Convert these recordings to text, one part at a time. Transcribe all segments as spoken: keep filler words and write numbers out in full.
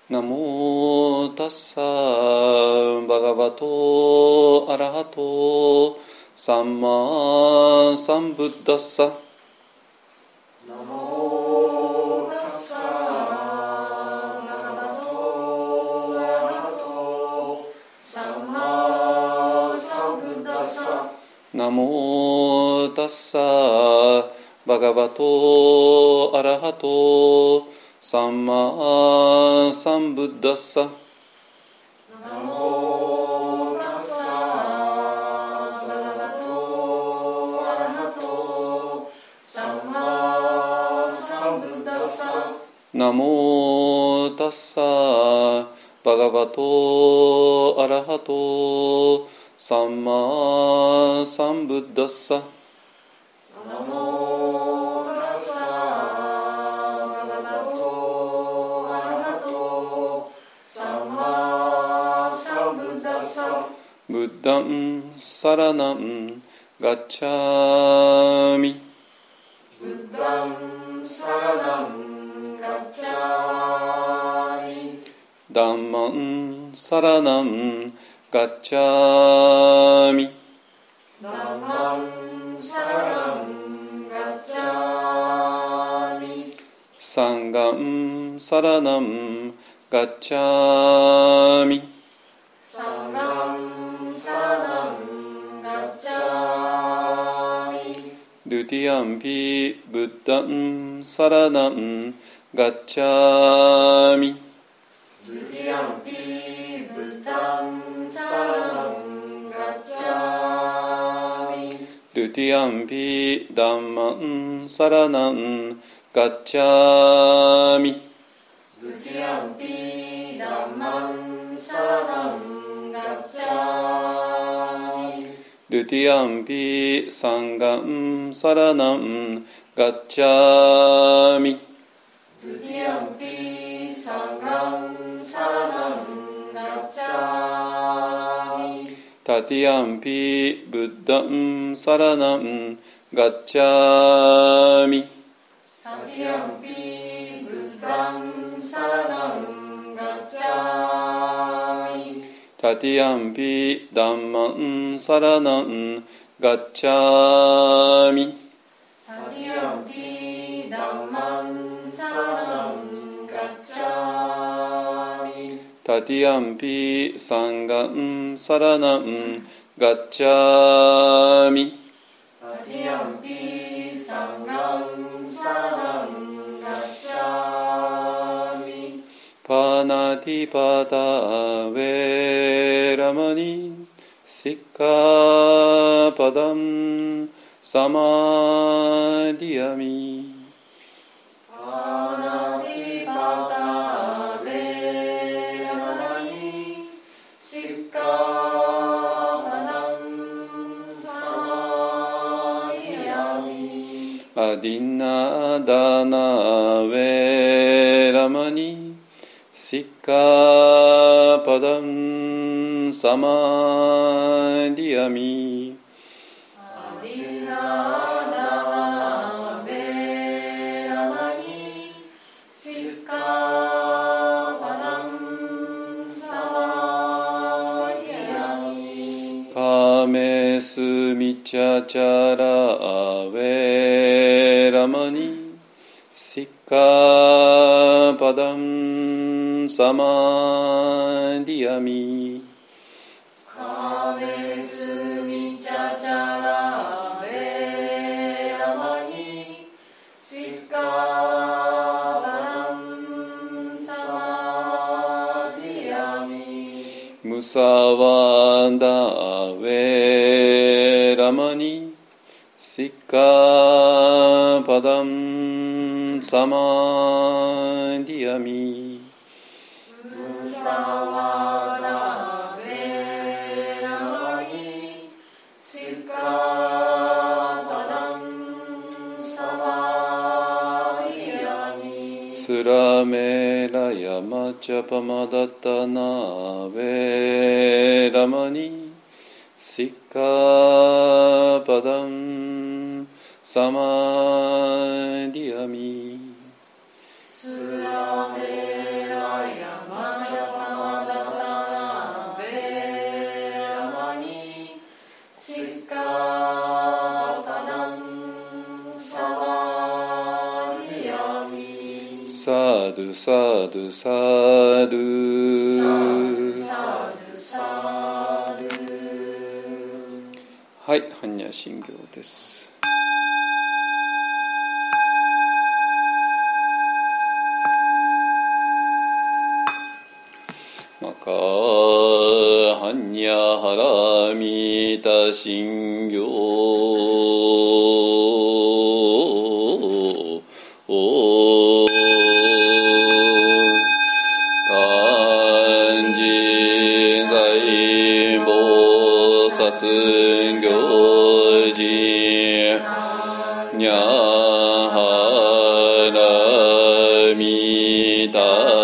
ナモタッサバガバトアラハトサンマサンブッダッサ。 ナモタッサバガバトアラハトサンマサンブッダッサ。 ナモタッサバガバトアラハトサンマサンブッダッサ。 ナモタッサバガバトアラハトサンマサンブッダッサ。 ナモタッサバガバトアラハトサンマサンブッダッサ。 ナモタッサバガバトアラハトサンマサンブッダッサ。 ブッダンサラナンガッチャミ。 ブッダンサラナンガッチャミ。 ダンマンサラナンガッチャミ。 ダンマンサラナンガッチャミ。 サンガンサラナンガッチャミ。 サンガンサラナンガッチャミ。 ドゥティアンピブッダンサラナンガッチャミ。 ドゥティアンピブッダンサラナンガッチャミ。 ドゥティアンピダンマンサラナンガッチャミ。 ドゥティアンピダンマンサラナンガッチャミ。 ドゥティアンピサンガンサラナンガッチャミ。 ドゥティアンピサンガンサラナンガッチャミ。 タティアンピブッダンサラナンガッチャミ。 タティアンピブッダンサラナンガッチャミ。 タティアンピダンマンサラナンガッチャミ。 タティアンピダンマンサラナンガッチャミ。 タティアンピサンガンサラナンガッチャミ。 タティアンピサンガンサラナンガッチャミ。 パナティパタウェラマニシッカパダンサマディアミ。 パナティパタウェラマニシッカパダンサマディアミ。 アディナダナウェラマニシッカパダンサマディアミ。 アディナダナベラマニシッカパダンサマディアミ。 カメスミチャチャラウェラマニシッカパダンサマディアミ。 カメスミチャチャラベラマニシッカパダンサマディアミ。 ムサワダウェラマニシッカパダンサマディアミ。 ムサワダベラマニシッカパダンサマディアミ。 スラメラヤマチャパマダタナウェラマニシッカパダンサマディアミ。 スラメラヤマサードサードサードはい、般若心経です。マカ般若ハラミタ心経殺行事にゃはらみた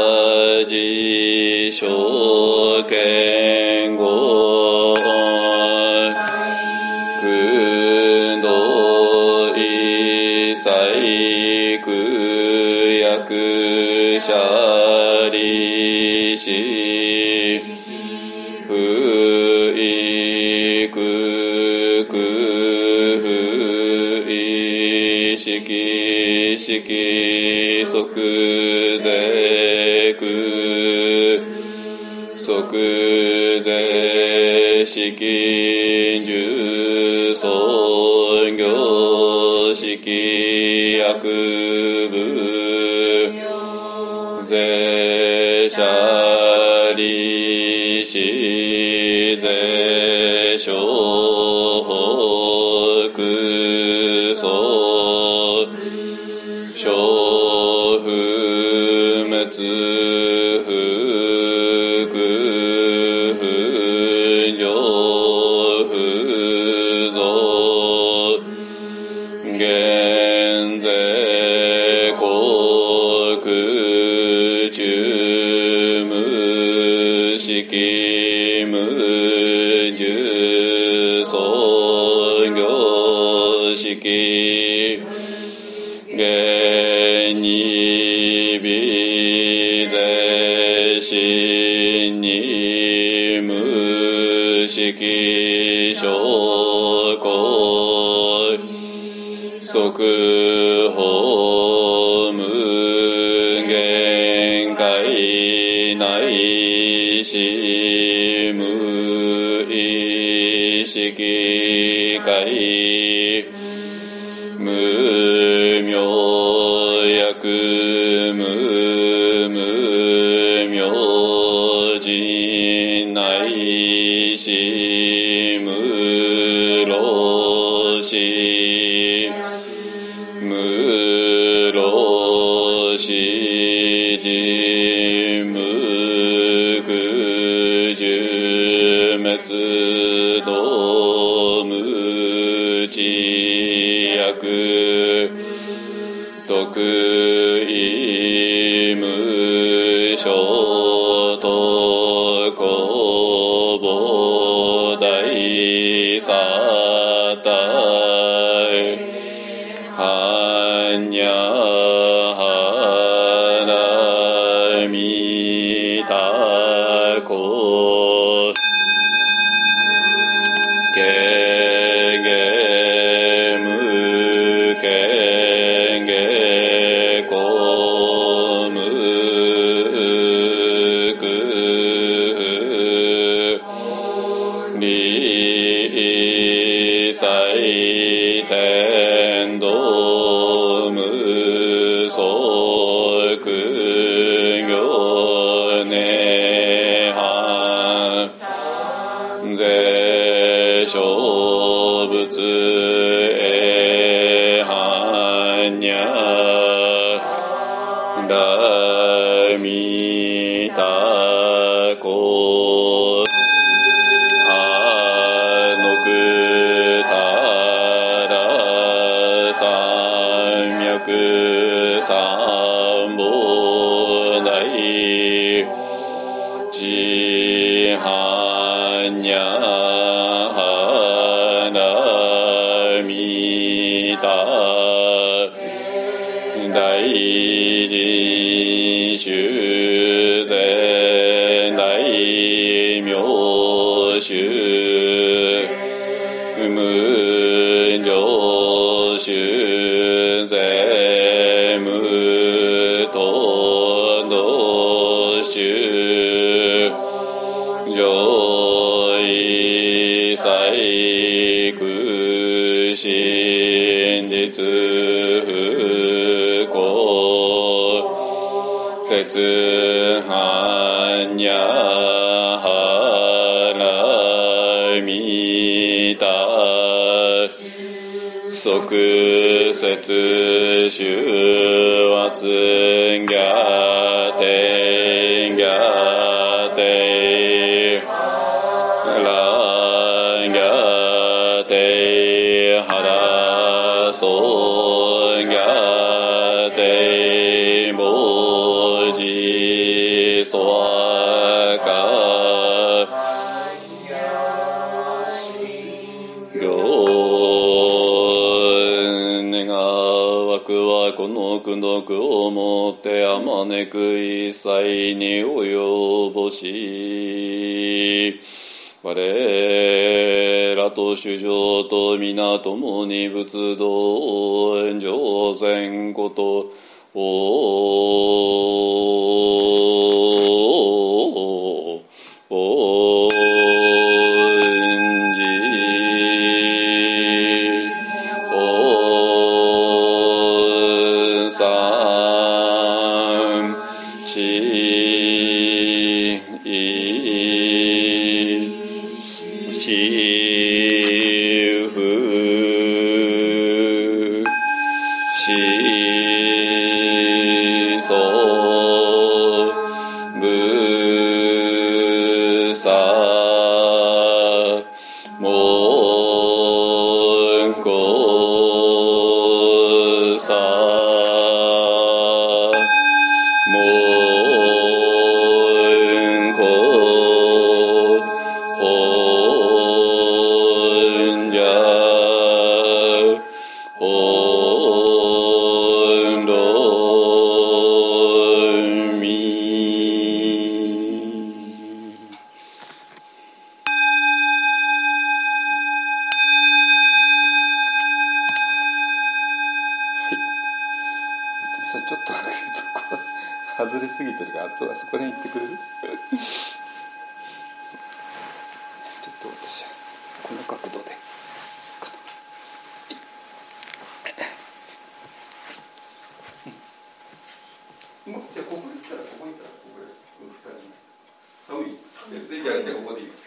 じしょけんごくどいさいくやくしゃりしふいくくふいしきしき即是く即是しき十尊行式薬部是者利し是小北総小不滅不不上不増現在国中無式無十尊行式現に微税心に無式証拠即法無限界内し無意識界無明薬無無明人内し無老死無老死人無苦十滅道無知薬徳意無所得公母大サタイ般若波羅蜜多故けげむけげこむくりさい天道無足行涅槃税小仏へ般若波羅蜜多故あのくたら三脈三宝大智般若波羅蜜多大人修善大名修無常修善無等現実不幸節半にゃはらみた即節終圧ギャテンギャテランギャテハラソンギャテボジソワカこの功徳をもってあまねく一切に及ぼし我らと主上と皆共に仏道を炎上せんことをお外れすぎてるから、あそこに行ってくれるちょっと私はこの角度でうん、もうじゃあここに行ったらここに行ったらここでふたり寒いじゃあじゃあここでいいです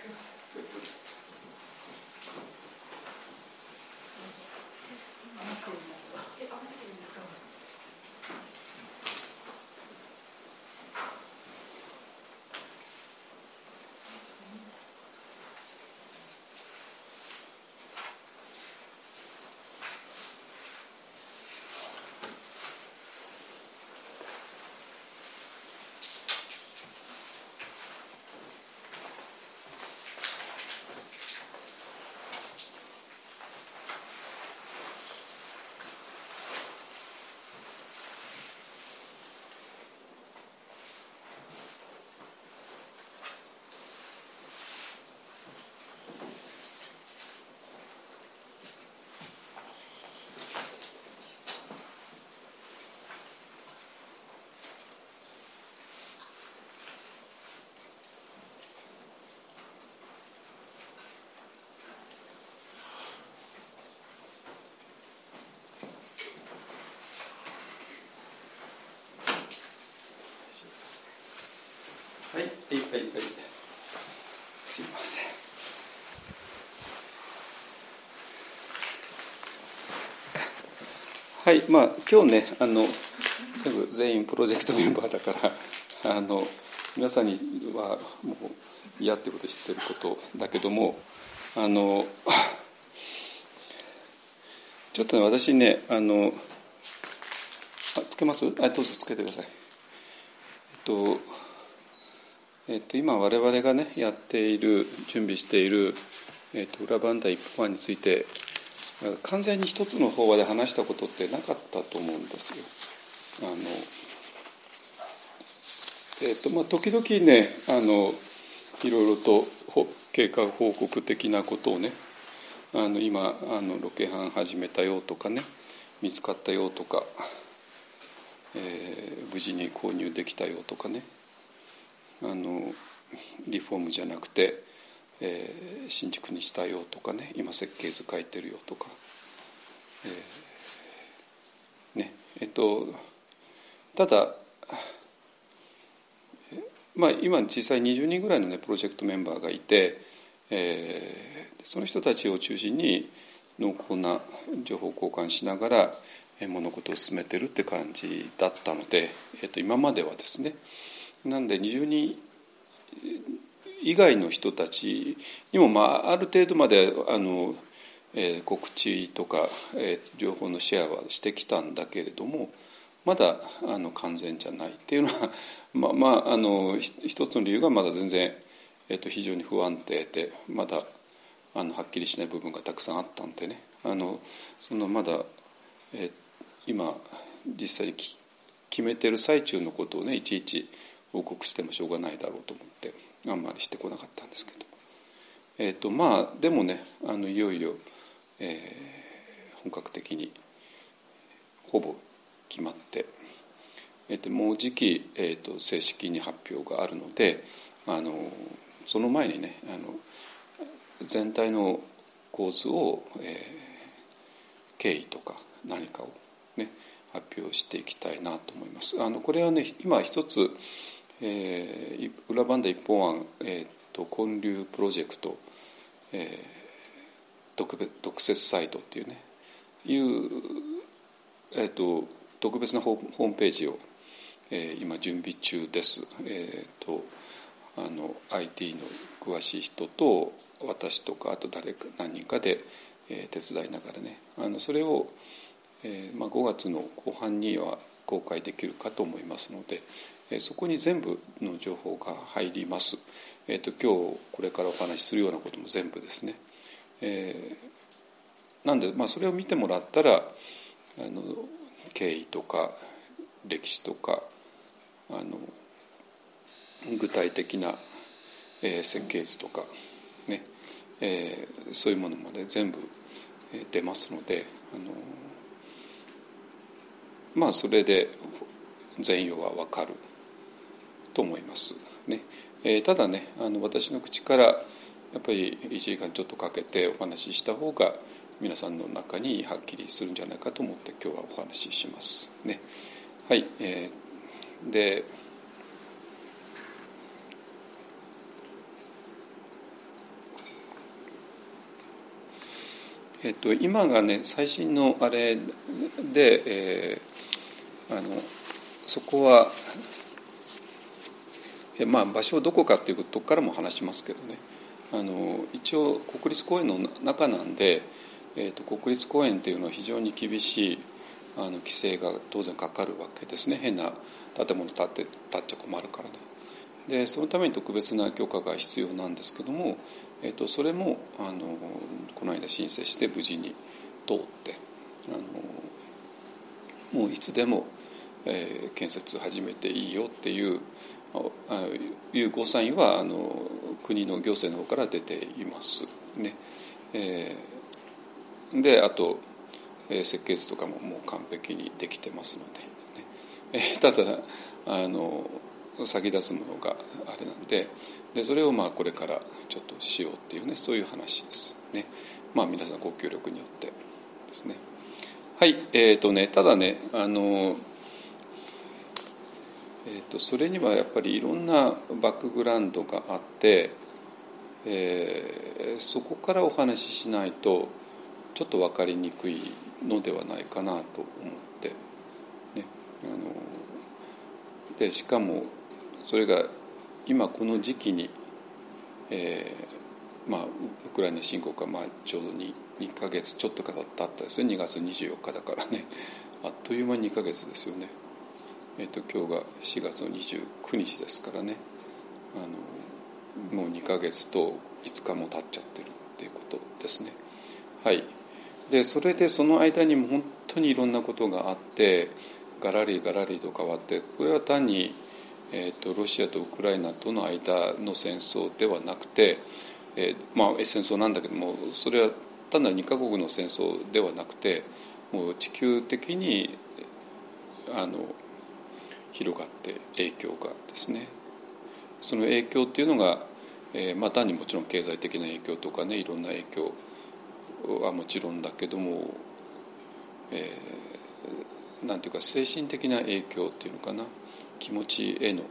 はい、はい、はい、はい。すいません。はい、まあ今日ね、あの全部全員プロジェクトメンバーだから、あの皆さんにはもう嫌ってこと知ってることだけども、あのちょっとね私ね、あのあつけます？あ、どうぞつけてください。えっと。えっと、今我々がねやっている準備している、えっと、裏磐梯一歩版について完全に一つの法話で話したことってなかったと思うんですよ。あの、えっとまあ、時々ねあのいろいろと経過報告的なことをねあの今あのロケハン始めたよとかね見つかったよとか、えー、無事に購入できたよとかねあのリフォームじゃなくて、えー、新築にしたよとかね今設計図書いてるよとか、えとただ、まあ、今実際にじゅうにんぐらいの、ね、プロジェクトメンバーがいて、えー、その人たちを中心に濃厚な情報交換しながら物事を進めてるって感じだったので、えー、と今まではですね。なんでにじゅうにん以外の人たちにも、まあ、ある程度まであの、えー、告知とか、えー、情報のシェアはしてきたんだけれども、まだあの完全じゃないっていうのはまあまあ、あの一つの理由がまだ全然、えー、と非常に不安定で、まだあのはっきりしない部分がたくさんあったんでね、あのそのまだ、えー、今実際にき決めてる最中のことをねいちいち報告してもしょうがないだろうと思ってあんまりしてこなかったんですけど、えーとまあ、でもねあのいよいよ、えー、本格的にほぼ決まって、えーともうじき、えーと正式に発表があるので、あのその前にねあの全体の構図を、えー、経緯とか何かをね発表していきたいなと思います。あのこれはね今一つ、えー、裏番台一本案、えー、と建立プロジェクト、えー、特別特設サイトっていうねいう、えー、と特別なホームページを、えー、今準備中です。えー、とあの アイティー の詳しい人と私とかあと誰か何人かで、えー、手伝いながらねあのそれをえーまあ、ごがつの後半には公開できるかと思いますので、えー、そこに全部の情報が入ります。えー、と今日これからお話しするようなことも全部ですね。えー、なんで、まあ、それを見てもらったらあの経緯とか歴史とかあの具体的な、えー、設計図とか、ねえー、そういうものまで全部出ますので、あのまあそれで全容は分かると思いますね。えー、ただねあの私の口からやっぱりいちじかんちょっとかけてお話しした方が皆さんの中にはっきりするんじゃないかと思って今日はお話ししますね。はい、えー、でえっと今がね最新のあれで、えーあのそこは、えまあ、場所はどこかというとこからも話しますけどねあの一応国立公園の中なんで、えー、と国立公園っていうのは非常に厳しいあの規制が当然かかるわけですね。変な建物建って建っちゃ困るからね。でそのために特別な許可が必要なんですけども、えー、とそれもあのこの間申請して無事に通ってあのもういつでもえー、建設始めていいよっていうあいうゴーサインはあの国の行政の方から出ていますね。えー、であと、えー、設計図とかももう完璧にできてますので、ねえー、ただあの先立つものがあれなんで、でそれをまあこれからちょっとしようっていうねそういう話ですね。まあ皆さんご協力によってですね。はいえーとねただねあのえー、とそれにはやっぱりいろんなバックグラウンドがあって、えー、そこからお話ししないとちょっと分かりにくいのではないかなと思って、ね、あのでしかもそれが今この時期に、えーまあ、ウクライナ侵攻からまあちょうど 2, 2ヶ月ちょっとか経ったですね。にがつにじゅうよっかだからねあっという間ににかげつですよね。えー、と今日がしがつのにじゅうくにちですからねあのもうにかげつといつかも経っちゃってるっていうことですね。はい、でそれでその間にも本当にいろんなことがあってガラリガラリと変わって、これは単に、えー、とロシアとウクライナとの間の戦争ではなくて、えーまあ、戦争なんだけどもそれは単なるにカ国の戦争ではなくてもう地球的にあの広がって影響がですね、その影響っていうのが、えーまあ、単にもちろん経済的な影響とかねいろんな影響はもちろんだけども、えー、 なんていうか精神的な影響っていうのかな、気持ちへの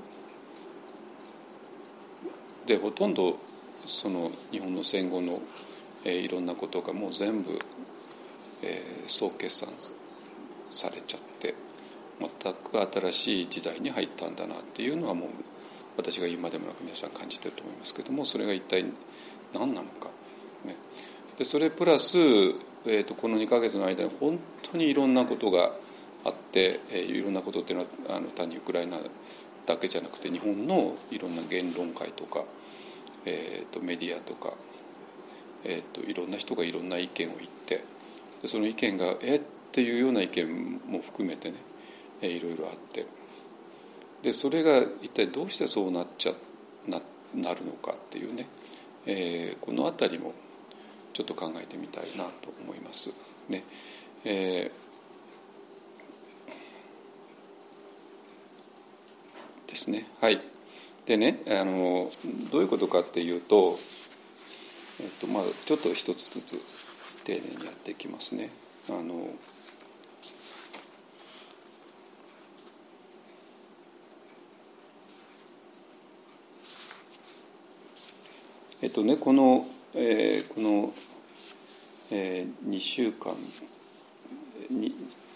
でほとんどその日本の戦後の、えー、いろんなことがもう全部、えー、総決算されちゃって全く新しい時代に入ったんだなっていうのはもう私が言うまでもなく皆さん感じてると思いますけども、それが一体何なのか、ね、でそれプラス、えー、とこのにかげつの間に本当にいろんなことがあって、えー、いろんなことっていうのはあの単にウクライナだけじゃなくて日本のいろんな言論会とか、えー、とメディアとか、えー、といろんな人がいろんな意見を言ってでその意見がえっていうような意見も含めてね、えー、いろいろあってでそれが一体どうしてそうなっちゃ な, なるのかっていうね、えー、このあたりもちょっと考えてみたいなと思いますね。えー、ですね。はい。でね、あのどういうことかっていうと、えっとまあちょっと一つずつ丁寧にやっていきますね。あのえっとねこの、えー、この、えー、にしゅうかんに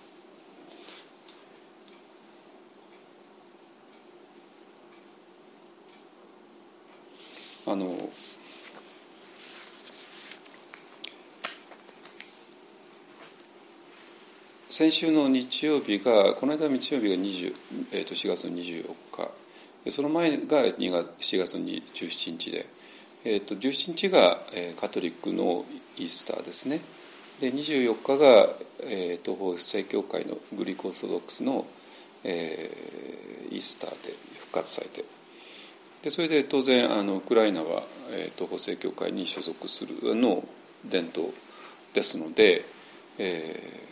あの先週の日曜日がこの間の日曜日がにじゅう、えー、としがつのにじゅうよっかその前がしがつのじゅうしちにちで、えー、とじゅうしちにちが、えー、カトリックのイースターですね。でにじゅうよっかが、えー、東方正教会のグリークオーソドックスの、えー、イースターで復活祭ででそれで当然あのウクライナは、えー、東方正教会に所属するの伝統ですので、え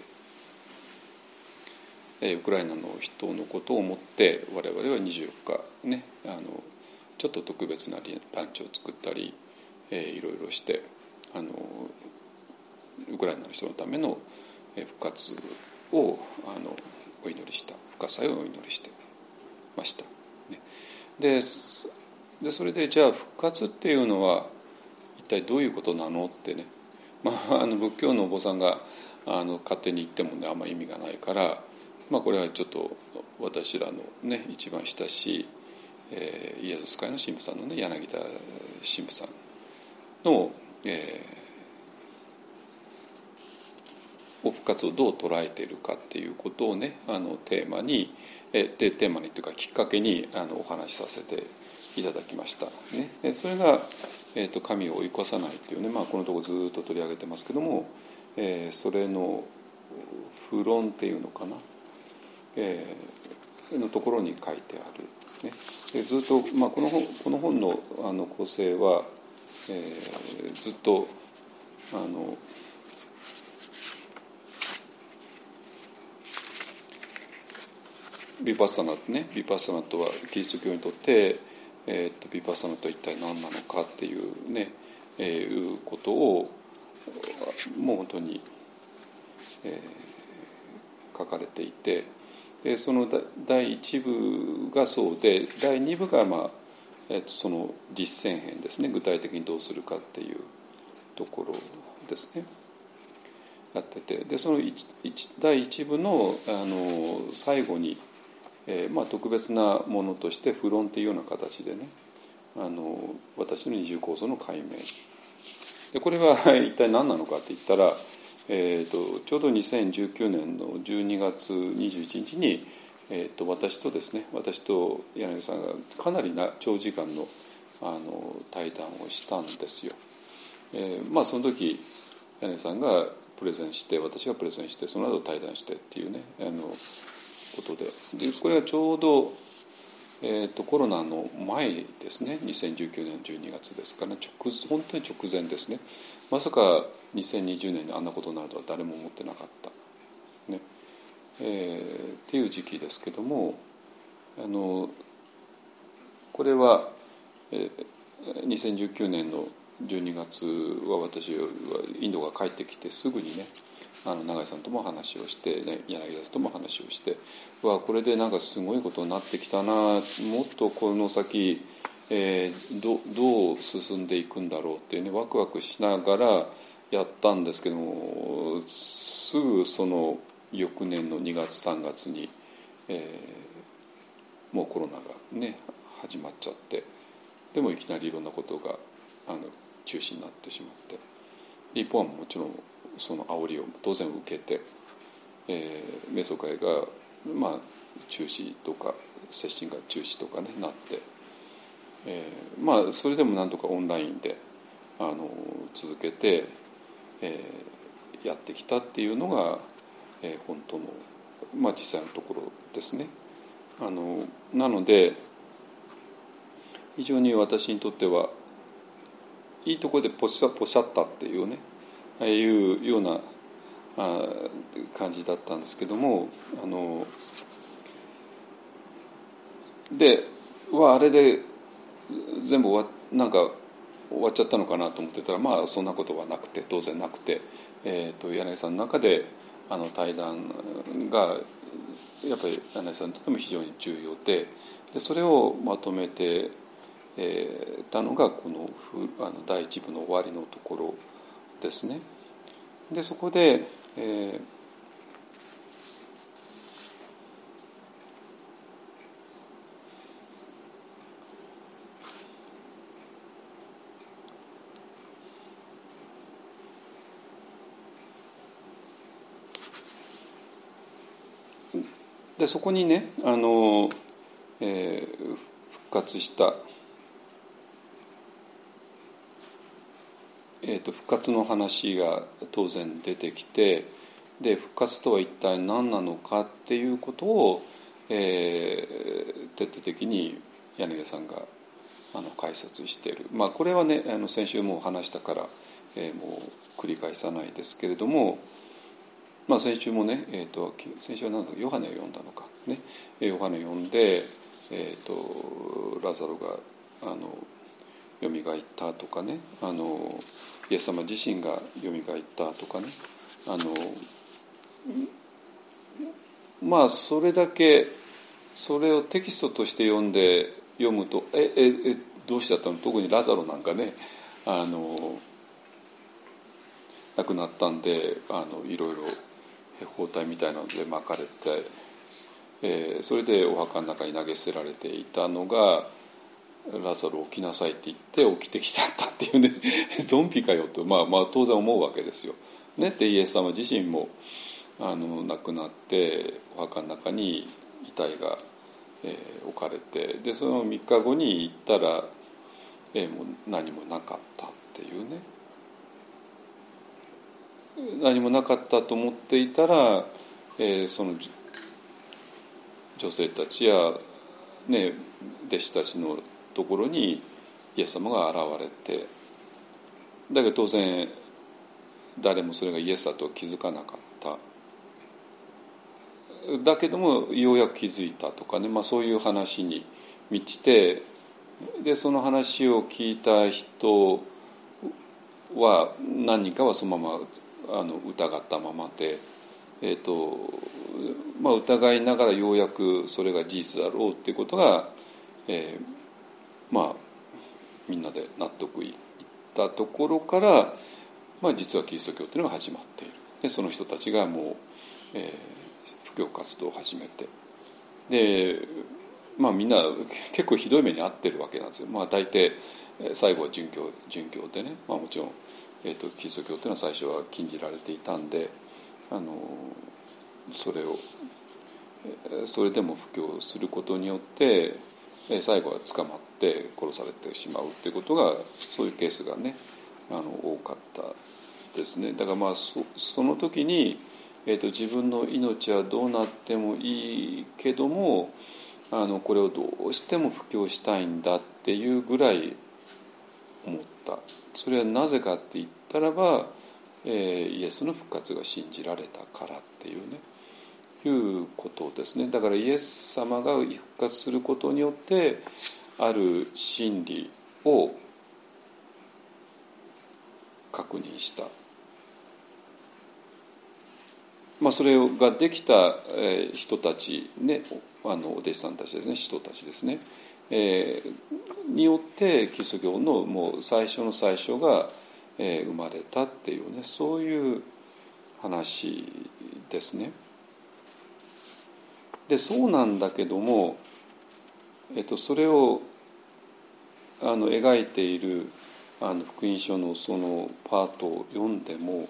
ー、ウクライナの人のことを思って我々はにじゅうよっかねあのちょっと特別なランチを作ったり、えー、いろいろしてあのウクライナの人のための復活をあのお祈りした復活祭をお祈りしてました、ね、で, でそれでじゃあ復活っていうのは一体どういうことなのってね、まあ、あの仏教のお坊さんがあの勝手に言ってもねあんまり意味がないから、まあ、これはちょっと私らのね一番親しい、えー、イエズス会の神父さんのね柳田神父さんの、えー、復活をどう捉えているかっていうことをねあのテーマにえでテーマにというかきっかけにあのお話しさせていただきました、ね、でそれが、えーと、神を追い越さないというね、まあ、このところずっと取り上げてますけども、えー、それの不論っていうのかな、えー、のところに書いてある、ね、でずっと、まあ、この本、この本の、あの構成は、えー、ずっとあのビパッサナね、ビパッサナとはキリスト教にとって、えー、とビパッサナとは一体何なのかっていうね、えー、いうことをもう本当に、えー、書かれていて、でそのだいいち部がそうでだいに部が、まあえー、とその実践編ですね、具体的にどうするかっていうところですね。やっててでそのだいいち部 の, あの最後にえーまあ、特別なものとして不論というような形でねあの私の二重構造の解明でこれは一体何なのかって言ったら、えー、とちょうどにせんじゅうきゅうねんのじゅうにがつにじゅういちにちに、えー、と私とですね私と柳さんがかなりな長時間 の, あの対談をしたんですよ、えーまあ、その時柳さんがプレゼンして私がプレゼンしてその後対談してっていうねあのことで、でこれはちょうど、えー、とコロナの前ですねにせんじゅうきゅうねんじゅうにがつですから直本当に直前ですね。まさかにせんにじゅうねんにあんなことになるとは誰も思ってなかった、ねえー、っていう時期ですけどもあのこれは、えー、にせんじゅうきゅうねんのじゅうにがつは私はインドが帰ってきてすぐにねあの永井さんとも話をして、ね、柳田さんとも話をして、わこれでなんかすごいことになってきたな、もっとこの先、えー、ど, どう進んでいくんだろうっていうねワクワクしながらやったんですけども、すぐその翌年のにがつさんがつに、えー、もうコロナがね始まっちゃって、でもいきなりいろんなことがあの中止になってしまって、一方はもちろんその煽りを当然受けて、えー、瞑想会が、まあ、中止とか接心が中止とか、ね、なって、えーまあ、それでもなんとかオンラインであの続けて、えー、やってきたっていうのが、えー、本当の、まあ、実際のところですね。あのなので非常に私にとってはいいところでポシャポシャったっていうねいうようなあ感じだったんですけども、あのではあれで全部終わなんか終わっちゃったのかなと思ってたら、まあそんなことはなくて、当然なくて、えー、と柳さんの中であの対談がやっぱり柳さんにとっても非常に重要で、でそれをまとめて、えー、たのがこのあの第一部の終わりのところですね。でそこで、えーでそこにねあの、えー、復活した、えーと、復活の話が当然出てきて、で復活とは一体何なのかっていうことを、えー、徹底的に柳さんがあの解説している、まあ、これはねあの先週もう話したから、えー、もう繰り返さないですけれども、まあ、先週もね、えー、と先週は何だヨハネを読んだのかね、ヨハネを読んで、えー、とラザロがあのよみがえったとかね、あのイエス様自身がよみがえったとかね、あのまあそれだけそれをテキストとして読んで読むとえええどうしちゃったの、特にラザロなんかねあの亡くなったんであのいろいろ包帯みたいなので巻かれて、えー、それでお墓の中に投げ捨てられていたのがラザロ起きなさいって言って起きてきちゃったっていうねゾンビかよと、まあ、まあ当然思うわけですよ、ね、でイエス様自身もあの亡くなってお墓の中に遺体が、えー、置かれて、でそのみっかごに行ったら、えー、もう何もなかったっていうね、何もなかったと思っていたら、えー、その女性たちや、ね、弟子たちのところにイエス様が現れて、だけど当然誰もそれがイエスだとは気づかなかった。だけどもようやく気づいたとかね、まあ、そういう話に満ちて、でその話を聞いた人は何人かはそのままあの疑ったままで、えーとまあ、疑いながらようやくそれが事実だろうっていうことが、えー、まあみんなで納得いったところから、まあ、実はキリスト教というのが始まっている。でその人たちがもう、えー、布教活動を始めて、で、まあ、みんな結構ひどい目に遭ってるわけなんですよ。まあ、大体最後は殉教、殉教でね、まあ、もちろんえー、とキリスト教というのは最初は禁じられていたんで、あのそれをそれでも布教することによって最後は捕まって殺されてしまうということが、そういうケースがねあの多かったですね。だからまあ そ, その時に、えー、と自分の命はどうなってもいいけども、あのこれをどうしても布教したいんだっていうぐらい思った。それはなぜかって言ったらば、えー、イエスの復活が信じられたからっていうねいうことですね。だからイエス様が復活することによってある真理を確認した。 まあ、それができた人たち、ね、あのお弟子さんたちですね、人たちですね、えー、によってキリスト教のもう最初の最初が、えー、生まれたっていうね、そういう話ですね。でそうなんだけども、えっと、それをあの描いているあの福音書のそのパートを読んでも、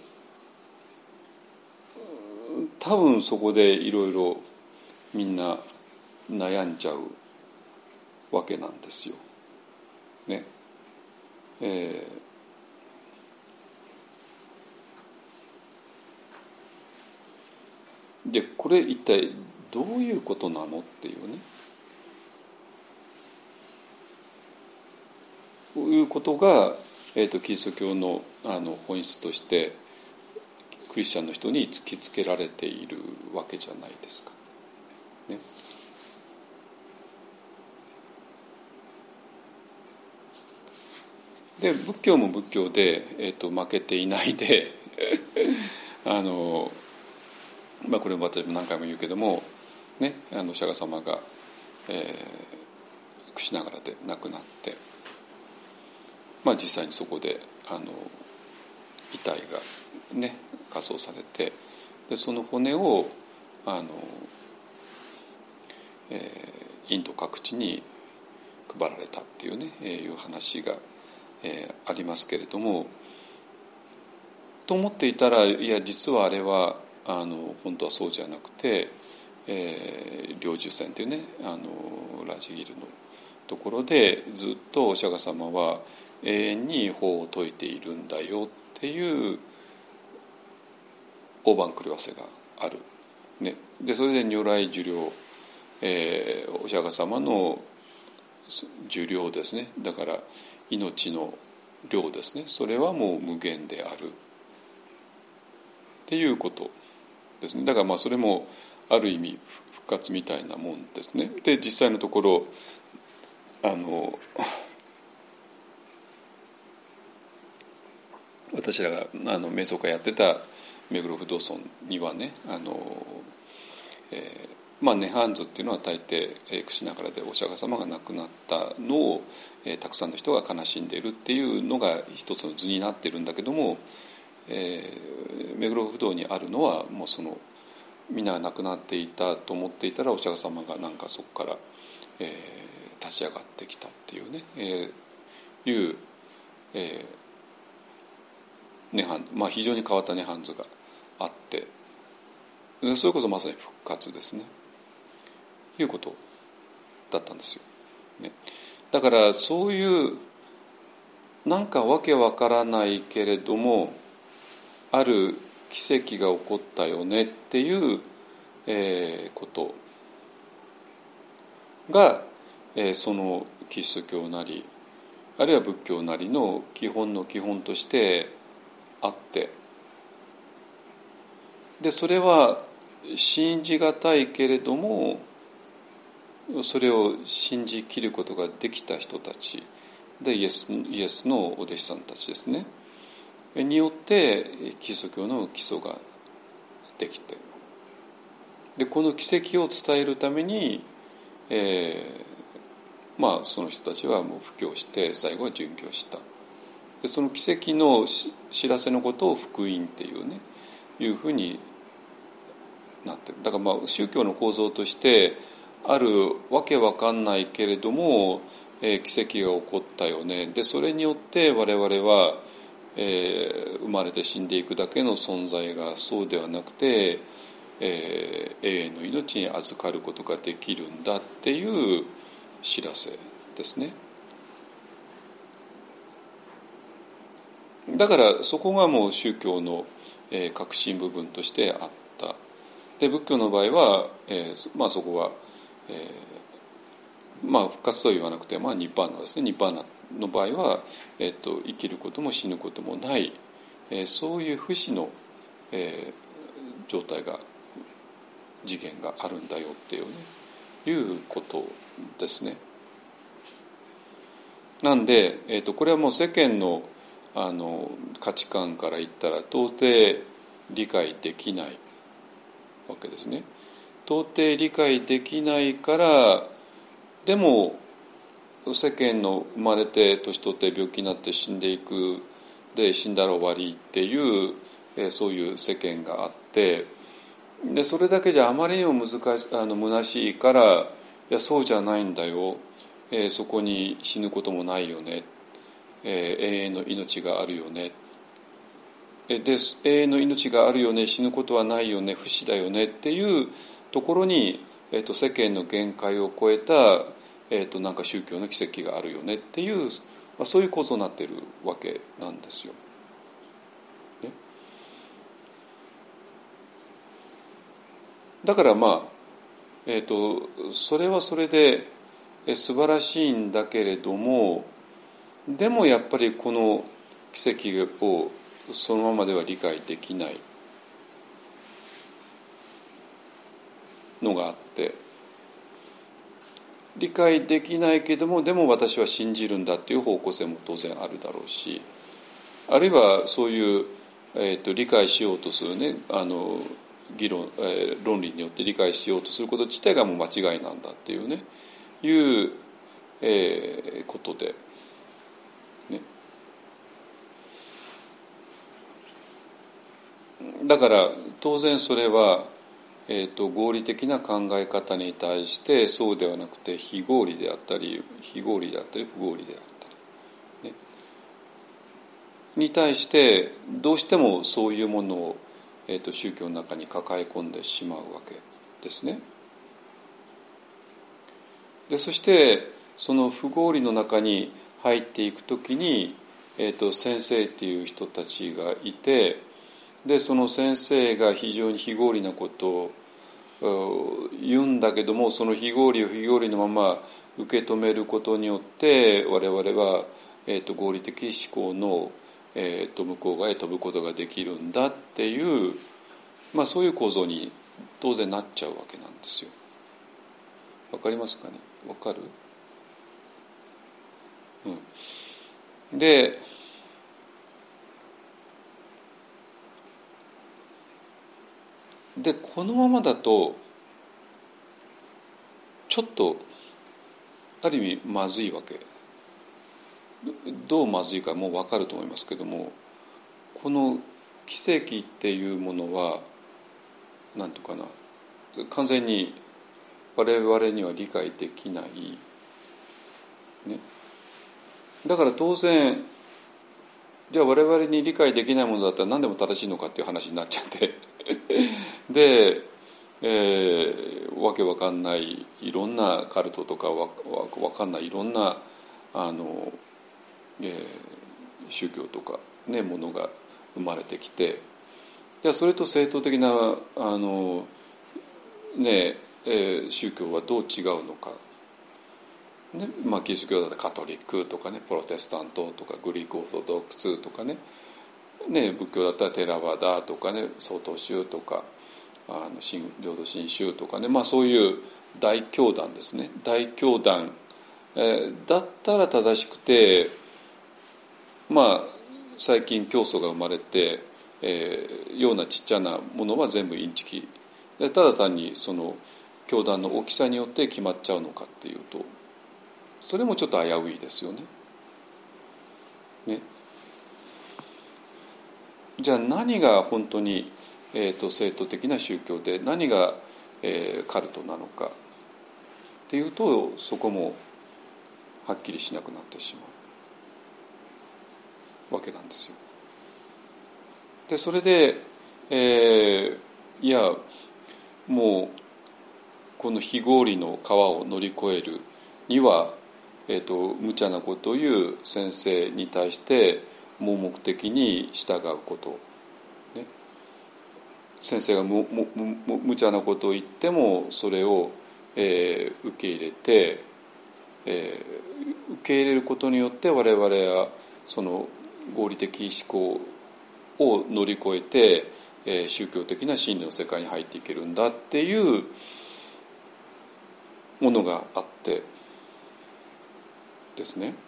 多分そこでいろいろみんな悩んじゃうわけなんですよ。ね。えー、でこれ一体どういうことなのっていうね、こういうことが、えーと、キリスト教の、あの本質としてクリスチャンの人に突きつけられているわけじゃないですか。ね。で仏教も仏教で、えーと、負けていないであの、まあ、これも私も何回も言うけども、ね、あの釈迦様が、えー、苦しながらで亡くなって、まあ、実際にそこであの遺体がね火葬されて、でその骨をあの、えー、インド各地に配られたっていうね、えー、いう話が、えー、ありますけれども、と思っていたら、いや実はあれはあの本当はそうじゃなくて、えー、領寿船というね、あのラジギルのところでずっとお釈迦様は永遠に法を説いているんだよっていう大番狂わせがある、ね、でそれで如来寿量、えー、お釈迦様の寿量ですね、だから命の量ですね、それはもう無限であるっていうことですね。だからまあそれもある意味復活みたいなもんですね。で実際のところあの私らがあの瞑想会やってた目黒不動尊にはね、あの、えーまあ、涅槃図っていうのは大抵、えー、クシナガラでお釈迦様が亡くなったのを、えー、たくさんの人が悲しんでいるっていうのが一つの図になってるんだけども、えー、目黒不動にあるのはもうそのみんなが亡くなっていたと思っていたらお釈迦様がなんかそこから、えー、立ち上がってきたっていうね、えー、いう、えー、涅槃、まあ、非常に変わった涅槃図があって、それこそまさに復活ですね、いうことだったんですよ、ね、だからそういうなんかわけわからないけれどもある奇跡が起こったよねっていう、えー、ことが、えー、そのキリスト教なりあるいは仏教なりの基本の基本としてあって、でそれは信じがたいけれどもそれを信じきることができた人たちでイエス、イエスのお弟子さんたちですねによってキリスト教の基礎ができて、でこの奇跡を伝えるために、えー、まあその人たちはもう布教して最後は殉教した。でその奇跡の知らせのことを福音っていうねいうふうになってる。だからまあ宗教の構造としてあるわけわかんないけれども、えー、奇跡が起こったよね。でそれによって我々は、えー、生まれて死んでいくだけの存在がそうではなくて、えー、永遠の命に預かることができるんだっていう知らせですね。だからそこがもう宗教の、えー、核心部分としてあった。で仏教の場合は、えーまあ、そこは、えーまあ、復活とは言わなくて、まあ、ニッパーナですね。ニッパーナの場合は、えー、と生きることも死ぬこともない、えー、そういう不死の、えー、状態が次元があるんだよっていうねいうことですね。なんで、えー、とこれはもう世間のあの価値観から言ったら到底理解できないわけですね。到底理解できないから、でも世間の生まれて年取って病気になって死んでいく、で死んだら終わりっていう、えー、そういう世間があって、でそれだけじゃあまりにも難しあの虚しいから、いやそうじゃないんだよ、えー、そこに死ぬこともないよね、えー、永遠の命があるよね、で永遠の命があるよね、死ぬことはないよね、不死だよねっていうところに、えー、と世間の限界を超えた、えー、となんか宗教の奇跡があるよねっていう、まあ、そういう構造になっているわけなんですよ。ね、だからまあ、えー、とそれはそれで素晴らしいんだけれども、でもやっぱりこの奇跡をそのままでは理解できないのがあって、理解できないけどもでも私は信じるんだっていう方向性も当然あるだろうし、あるいはそういう、えー、と理解しようとするね、あの議論、えー、論理によって理解しようとすること自体がもう間違いなんだっていうね、いう、えー、ことで、ね、だから当然それは、えー、と合理的な考え方に対してそうではなくて非合理であったり非合理であったり不合理であったり、ね、に対してどうしてもそういうものを、えー、と宗教の中に抱え込んでしまうわけですね。でそしてその不合理の中に入っていくときに、えー、と先生っていう人たちがいて、でその先生が非常に非合理なことを言うんだけども、その非合理を非合理のまま受け止めることによって我々は、えー、と合理的思考の、えー、と向こう側へ飛ぶことができるんだっていう、まあ、そういう構造に当然なっちゃうわけなんですよ。わかりますかね。わかる？うん、ででこのままだとちょっとある意味まずいわけ。どうまずいかもう分かると思いますけども、この奇跡っていうものは何て言うかな、完全に我々には理解できない、ね、だから当然じゃあ我々に理解できないものだったら何でも正しいのかっていう話になっちゃってで、えー、わけわかんないいろんなカルトとかわわかんないいろんなあの、えー、宗教とか、ね、ものが生まれてきて、じゃあそれと正統的なあの、ねえー、宗教はどう違うのか、ね、まあ、キリスト教だったらカトリックとかね、プロテスタントとかグリークオーソドックスとかね、ね、仏教だったらテラワダとかね、曹洞宗とかあの新浄土真宗とかね、まあ、そういう大教団ですね、大教団、えー、だったら正しくて、まあ最近教祖が生まれて、えー、ようなちっちゃなものは全部インチキで、ただ単にその教団の大きさによって決まっちゃうのかっていうと、それもちょっと危ういですよね。ね、じゃあ何が本当に、えー、と正統的な宗教で何が、えー、カルトなのかっていうと、そこもはっきりしなくなってしまうわけなんですよ。でそれで、えー、いやもうこの非合理の川を乗り越えるには、えー、と無茶なことを言う先生に対して盲目的に従うこと、ね、先生がむむむ無茶なことを言ってもそれを、えー、受け入れて、えー、受け入れることによって我々はその合理的思考を乗り越えて、えー、宗教的な真理の世界に入っていけるんだっていうものがあってですね。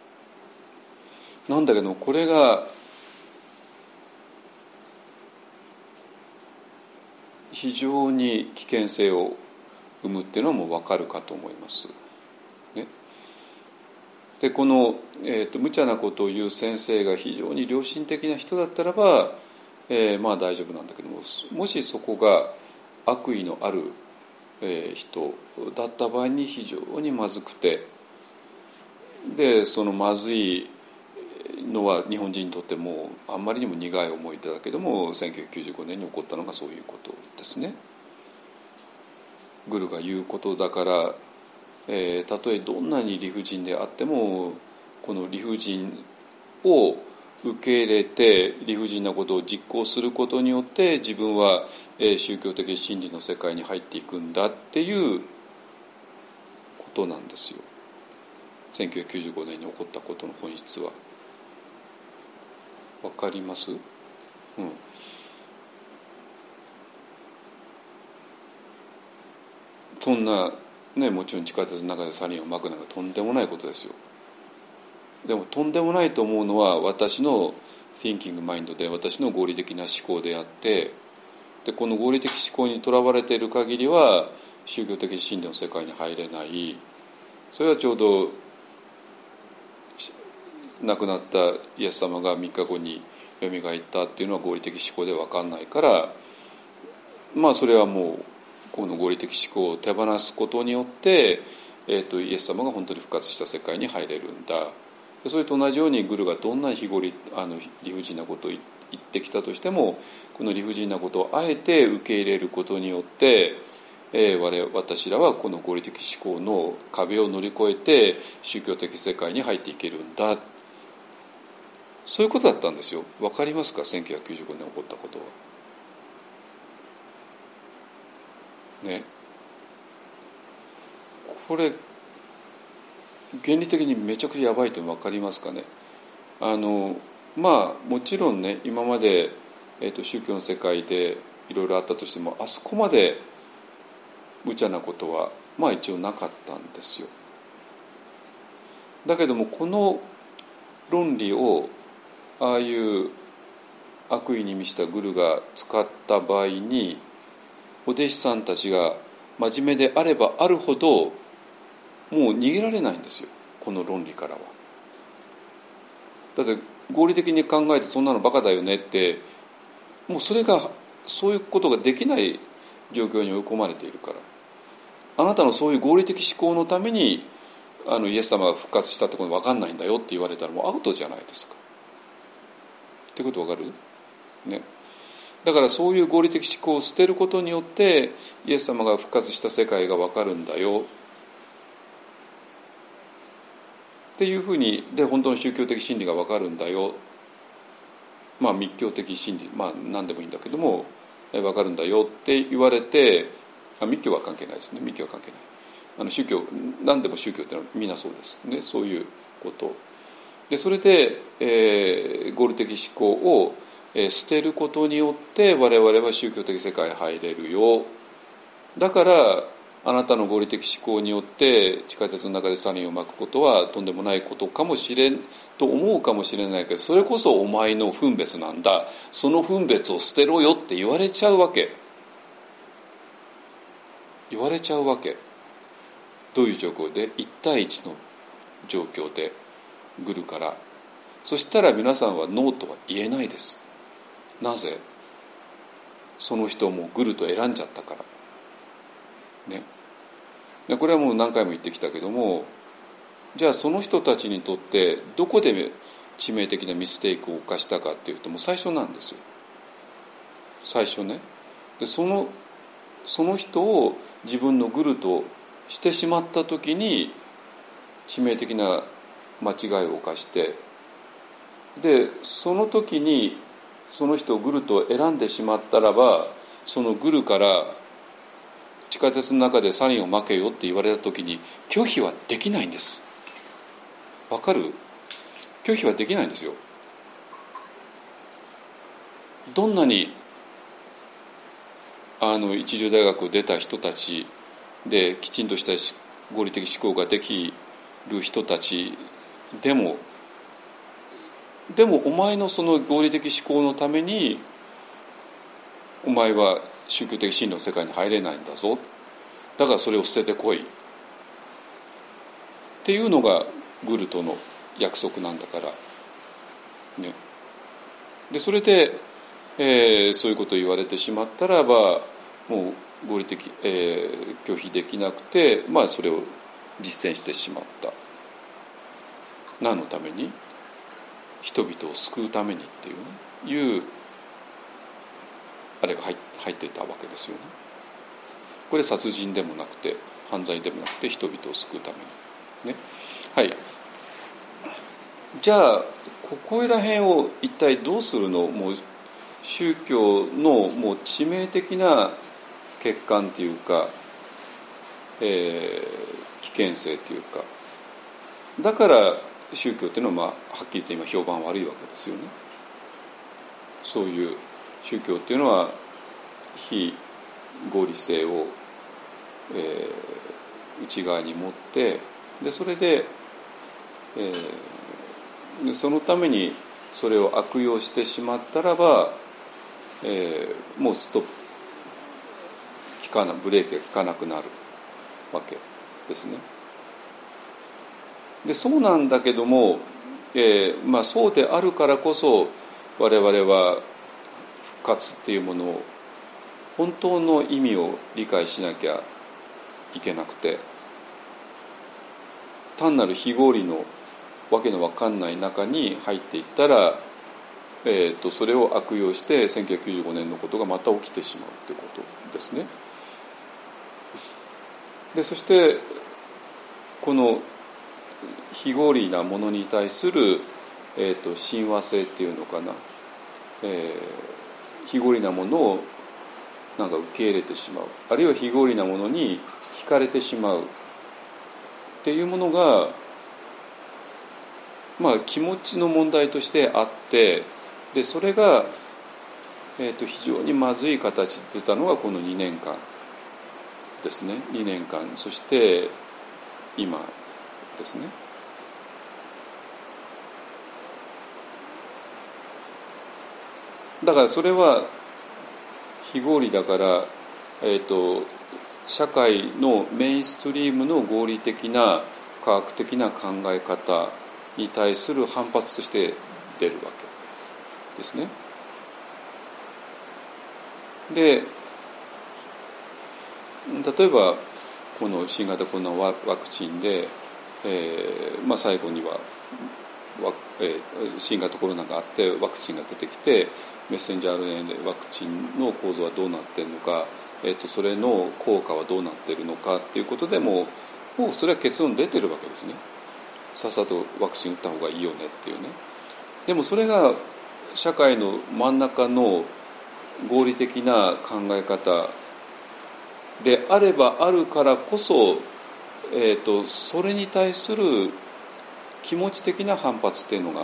なんだけどこれが非常に危険性を生むっていうのはもう分かるかと思います。ね、でこの、えーと、無茶なことを言う先生が非常に良心的な人だったらば、えー、まあ大丈夫なんだけども、もしそこが悪意のある、えー、人だった場合に非常にまずくて、でそのまずいのは日本人にとってもあんまりにも苦い思い出だけども、せんきゅうひゃくきゅうじゅうごねんに起こったのがそういうことですね。グルが言うことだから、えー、たとえどんなに理不尽であってもこの理不尽を受け入れて理不尽なことを実行することによって自分は、えー、宗教的真理の世界に入っていくんだっていうことなんですよ。せんきゅうひゃくきゅうじゅうごねんに起こったことの本質は。わかります？うん。そんなね、もちろん地下鉄の中でサリンをまくのがとんでもないことですよ。でもとんでもないと思うのは私の Thinking Mind で私の合理的な思考であって、でこの合理的思考にとらわれている限りは宗教的真理の世界に入れない。それはちょうど亡くなったイエス様がみっかごによみがえったっていうのは合理的思考で分かんないから、まあそれはもうこの合理的思考を手放すことによって、えー、とイエス様が本当に復活した世界に入れるんだ。でそれと同じようにグルがどんな日ごりあの理不尽なことを言ってきたとしても、この理不尽なことをあえて受け入れることによって、えー、我私らはこの合理的思考の壁を乗り越えて宗教的世界に入っていけるんだ。そういうことだったんですよ。わかりますか？せんきゅうひゃくきゅうじゅうごねん起こったことは。ね、これ原理的にめちゃくちゃやばいと分かりますかね。あのまあもちろんね、今まで、えーと、宗教の世界でいろいろあったとしてもあそこまで無茶なことはまあ一応なかったんですよ。だけどもこの論理をああいう悪意に満ちたグルが使った場合に、お弟子さんたちが真面目であればあるほどもう逃げられないんですよ、この論理からは。だって合理的に考えてそんなのバカだよねって、もうそれがそういうことができない状況に追い込まれているから、あなたのそういう合理的思考のためにあのイエス様が復活したってこと分かんないんだよって言われたらもうアウトじゃないですか。ってこと分かる？ね。だからそういう合理的思考を捨てることによってイエス様が復活した世界が分かるんだよっていうふうに、で本当の宗教的真理が分かるんだよ、まあ密教的真理、まあ何でもいいんだけども分かるんだよって言われて、あ密教は関係ないですね、密教は関係ない、あの宗教何でも宗教ってのはみんなそうですね、そういうことで、それで、えー、合理的思考を捨てることによって我々は宗教的世界に入れるよ。だからあなたの合理的思考によって地下鉄の中でサリンをまくことはとんでもないことかもしれんと思うかもしれないけど、それこそお前の分別なんだ、その分別を捨てろよって言われちゃうわけ言われちゃうわけ。どういう状況で？いち対いちの状況でグルから。そしたら皆さんはノーとは言えないです。なぜ？その人をもうグルと選んじゃったからね。でこれはもう何回も言ってきたけども、じゃあその人たちにとってどこで致命的なミステイクを犯したかっていうと、もう最初なんですよ。最初ね。でそのその人を自分のグルとしてしまった時に致命的な間違いを犯して、でその時にその人をグルと選んでしまったらば、そのグルから地下鉄の中でサリンをまけよって言われた時に拒否はできないんです。わかる？拒否はできないんですよ。どんなにあの一流大学を出た人たちできちんとした合理的思考ができる人たちでもでもお前のその合理的思考のためにお前は宗教的真理の世界に入れないんだぞ、だからそれを捨ててこいっていうのがグルとの約束なんだからね。でそれで、えー、そういうことを言われてしまったらばもう合理的、えー、拒否できなくて、まあ、それを実践してしまった。何のために？人々を救うためにっていう、ね、いうあれが 入, 入っていたわけですよね。これ殺人でもなくて犯罪でもなくて人々を救うためにね。はい。じゃあここら辺を一体どうするの？もう宗教のもう致命的な欠陥っていうか、えー、危険性っていうか、だから宗教っていうのは、まあ、はっきり言って今評判悪いわけですよね。そういう宗教っていうのは非合理性を、えー、内側に持ってでそれで、えー、でそのためにそれを悪用してしまったらば、えー、もうストップ効かなブレーキが効かなくなるわけですね。でそうなんだけども、えーまあ、そうであるからこそ我々は復活っていうものを本当の意味を理解しなきゃいけなくて、単なる非合理のわけのわかんない中に入っていったら、えー、とそれを悪用してせんきゅうひゃくきゅうじゅうごねんのことがまた起きてしまうってことですね。でそしてこの非合理なものに対する、えー、と親和性っていうのかな、えー、非合理なものをなんか受け入れてしまう、あるいは非合理なものに惹かれてしまうっていうものが、まあ、気持ちの問題としてあって、でそれが、えー、と非常にまずい形で出たのがこのにねんかんですね。にねんかん、そして今ですね。だからそれは非合理だから、えーと、社会のメインストリームの合理的な科学的な考え方に対する反発として出るわけですね。で例えばこの新型コロナワクチンで、えーまあ、最後には、えー、新型コロナがあってワクチンが出てきてメッセンジャー アールエヌエー ワクチンの構造はどうなっているのか、えー、とそれの効果はどうなっているのかっていうことでももうそれは結論出てるわけですね。さっさとワクチン打った方がいいよねっていうね。でもそれが社会の真ん中の合理的な考え方であればあるからこそ、えー、とそれに対する気持ち的な反発っていうのがあって、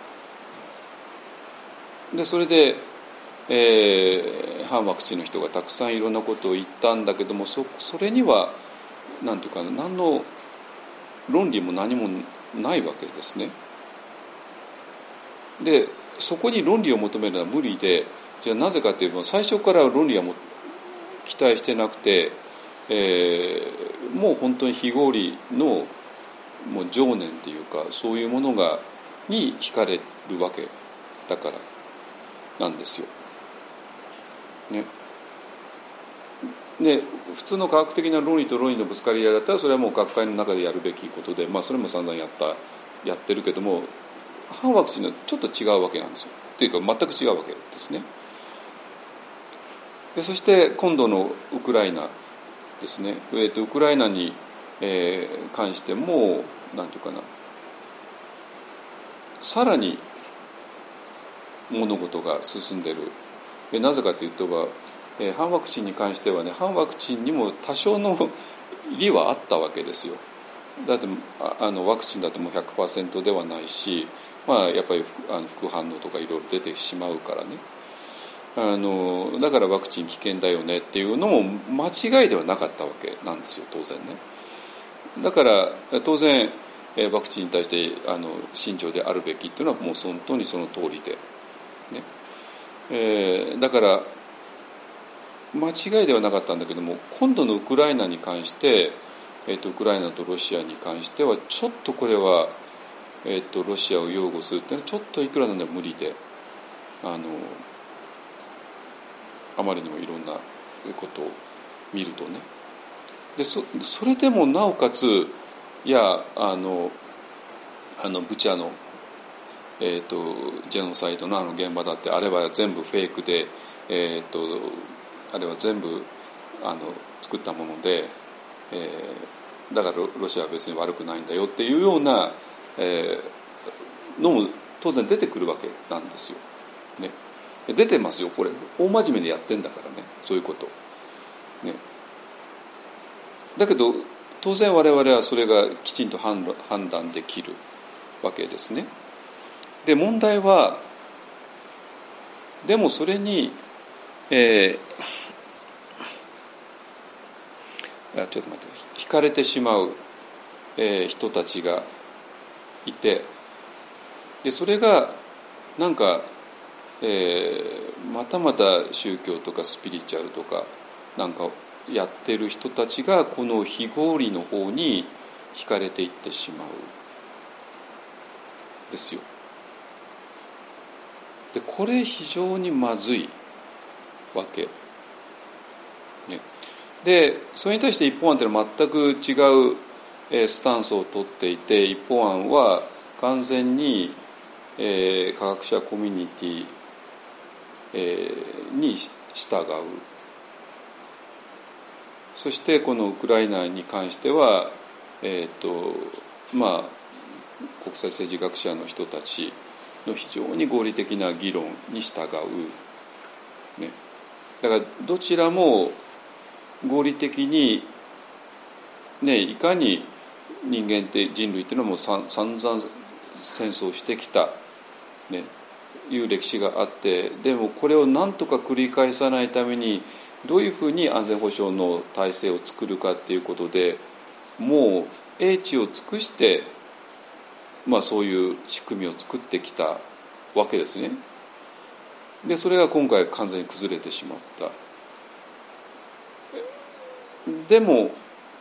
でそれで、えー、反ワクチンの人がたくさんいろんなことを言ったんだけども、 そ, それには何ていうかな、何の論理も何もないわけですね。でそこに論理を求めるのは無理で、じゃあなぜかというと最初から論理はも期待してなくて、えー、もう本当に非合理のもう情念というかそういうものがに惹かれるわけだからなんですよ。ね。で普通の科学的な論理と論理のぶつかり合いだったらそれはもう学会の中でやるべきことで、まあ、それも散々やったやってるけども、反ワクチンはちょっと違うわけなんですよ。っていうか全く違うわけですね。でそして今度のウクライナですね、えー、とウクライナに、えー、関しても何ていうかな、さらに物事が進んでる。なぜかというと、えー、反ワクチンに関してはね、反ワクチンにも多少の利はあったわけですよ。だってあのワクチンだともう ひゃくパーセント ではないし、まあ、やっぱりあの副反応とかいろいろ出てしまうからね、あのだからワクチン危険だよねっていうのも間違いではなかったわけなんですよ、当然ね。だから当然ワクチンに対してあの慎重であるべきっていうのはもう本当にその通りで、ね、えー、だから間違いではなかったんだけども、今度のウクライナに関して、えー、とウクライナとロシアに関してはちょっとこれは、えー、とロシアを擁護するっていうのはちょっといくらなんでも無理で、あのあまりにもいろんなことを見るとね。で そ, それでもなおかつ、いやあのあのブチャの、えー、とジェノサイドのあの現場だって、あれは全部フェイクで、えー、とあれは全部あの作ったもので、えー、だからロシアは別に悪くないんだよっていうような、えー、のも当然出てくるわけなんですよ、ね、出てますよ。これ大真面目でやってんだからね、そういうこと、ね、だけど当然我々はそれがきちんと判断できるわけですね。で問題はでもそれに、えー、あちょっと待って、惹かれてしまう、えー、人たちがいて、でそれがなんか、えー、またまた宗教とかスピリチュアルとかなんかやってる人たちがこの非合理の方に惹かれていってしまうですよ。でこれ非常にまずいわけ、ね、でそれに対して一方案というのは全く違う、えー、スタンスを取っていて、一方案は完全に、えー、科学者コミュニティ、えー、に従う。そしてこのウクライナに関しては、えーとまあ、国際政治学者の人たちの非常に合理的な議論に従う、ね、だからどちらも合理的に、ね、いかに人間って人類っていうのもさん散々戦争してきた、ね、いう歴史があって、でもこれを何とか繰り返さないためにどういうふうに安全保障の体制を作るかっていうことでもう英知を尽くして、まあ、そういう仕組みを作ってきたわけですね。でそれが今回完全に崩れてしまった。でも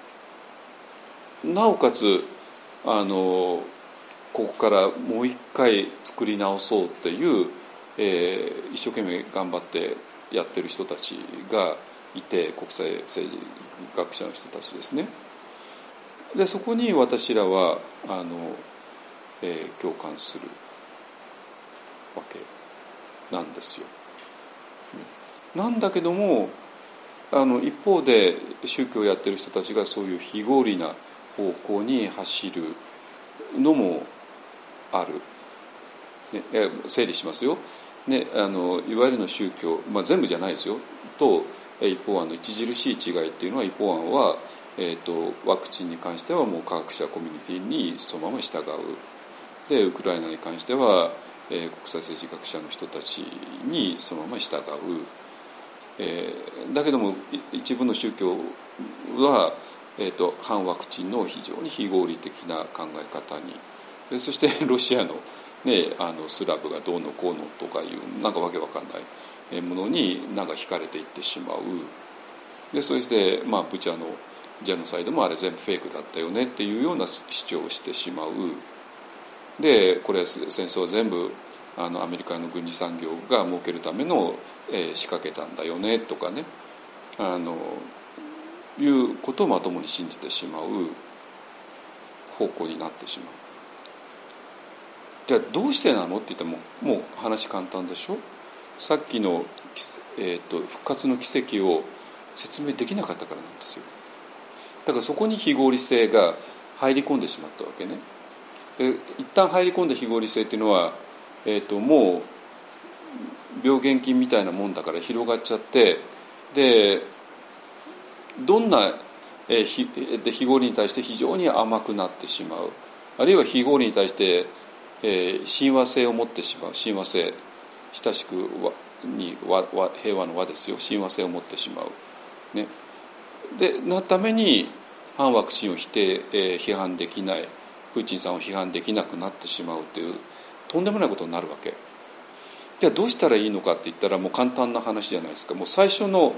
なおかつあのここからもう一回作り直そうっていう、えー、一生懸命頑張ってやってる人たちがいて、国際政治学者の人たちですね。でそこに私らはあの、えー、共感するわけなんですよ。なんだけどもあの一方で宗教をやってる人たちがそういう非合理な方向に走るのもある、ね、整理しますよ、ね、あのいわゆるの宗教、まあ、全部じゃないですよと一方案の著しい違いっていうのは、一方案は、えーと、ワクチンに関してはもう科学者コミュニティにそのまま従う。でウクライナに関しては、えー、国際政治学者の人たちにそのまま従う。えー、だけども一部の宗教は、えーと、反ワクチンの非常に非合理的な考え方に、でそしてロシアの、ね、あのスラブがどうのこうのとかいうなんかわけわかんないものになんか惹かれていってしまう。でそして、まあ、ブチャのジェノサイドもあれ全部フェイクだったよねっていうような主張をしてしまう。でこれ戦争は全部あのアメリカの軍事産業が儲けるための、えー、仕掛けたんだよねとかね、あのいうことをまともに信じてしまう方向になってしまう。じゃあどうしてなのって言ったらもう、もう話簡単でしょ。さっきの、えーと、復活の奇跡を説明できなかったからなんですよ。だからそこに非合理性が入り込んでしまったわけね。で一旦入り込んだ非合理性っていうのは、えーと、もう病原菌みたいなもんだから広がっちゃって、でどんな、えー、非, で非合理に対して非常に甘くなってしまう、あるいは非合理に対して、えー、親和性を持ってしまう。親和性、親しくに和和平和の和ですよ。親和性を持ってしまう、ね、でなために反ワクチンを否定、えー、批判できない、プーチンさんを批判できなくなってしまうというとんでもないことになるわけ。じゃあどうしたらいいのかって言ったらもう簡単な話じゃないですか。もう最初の、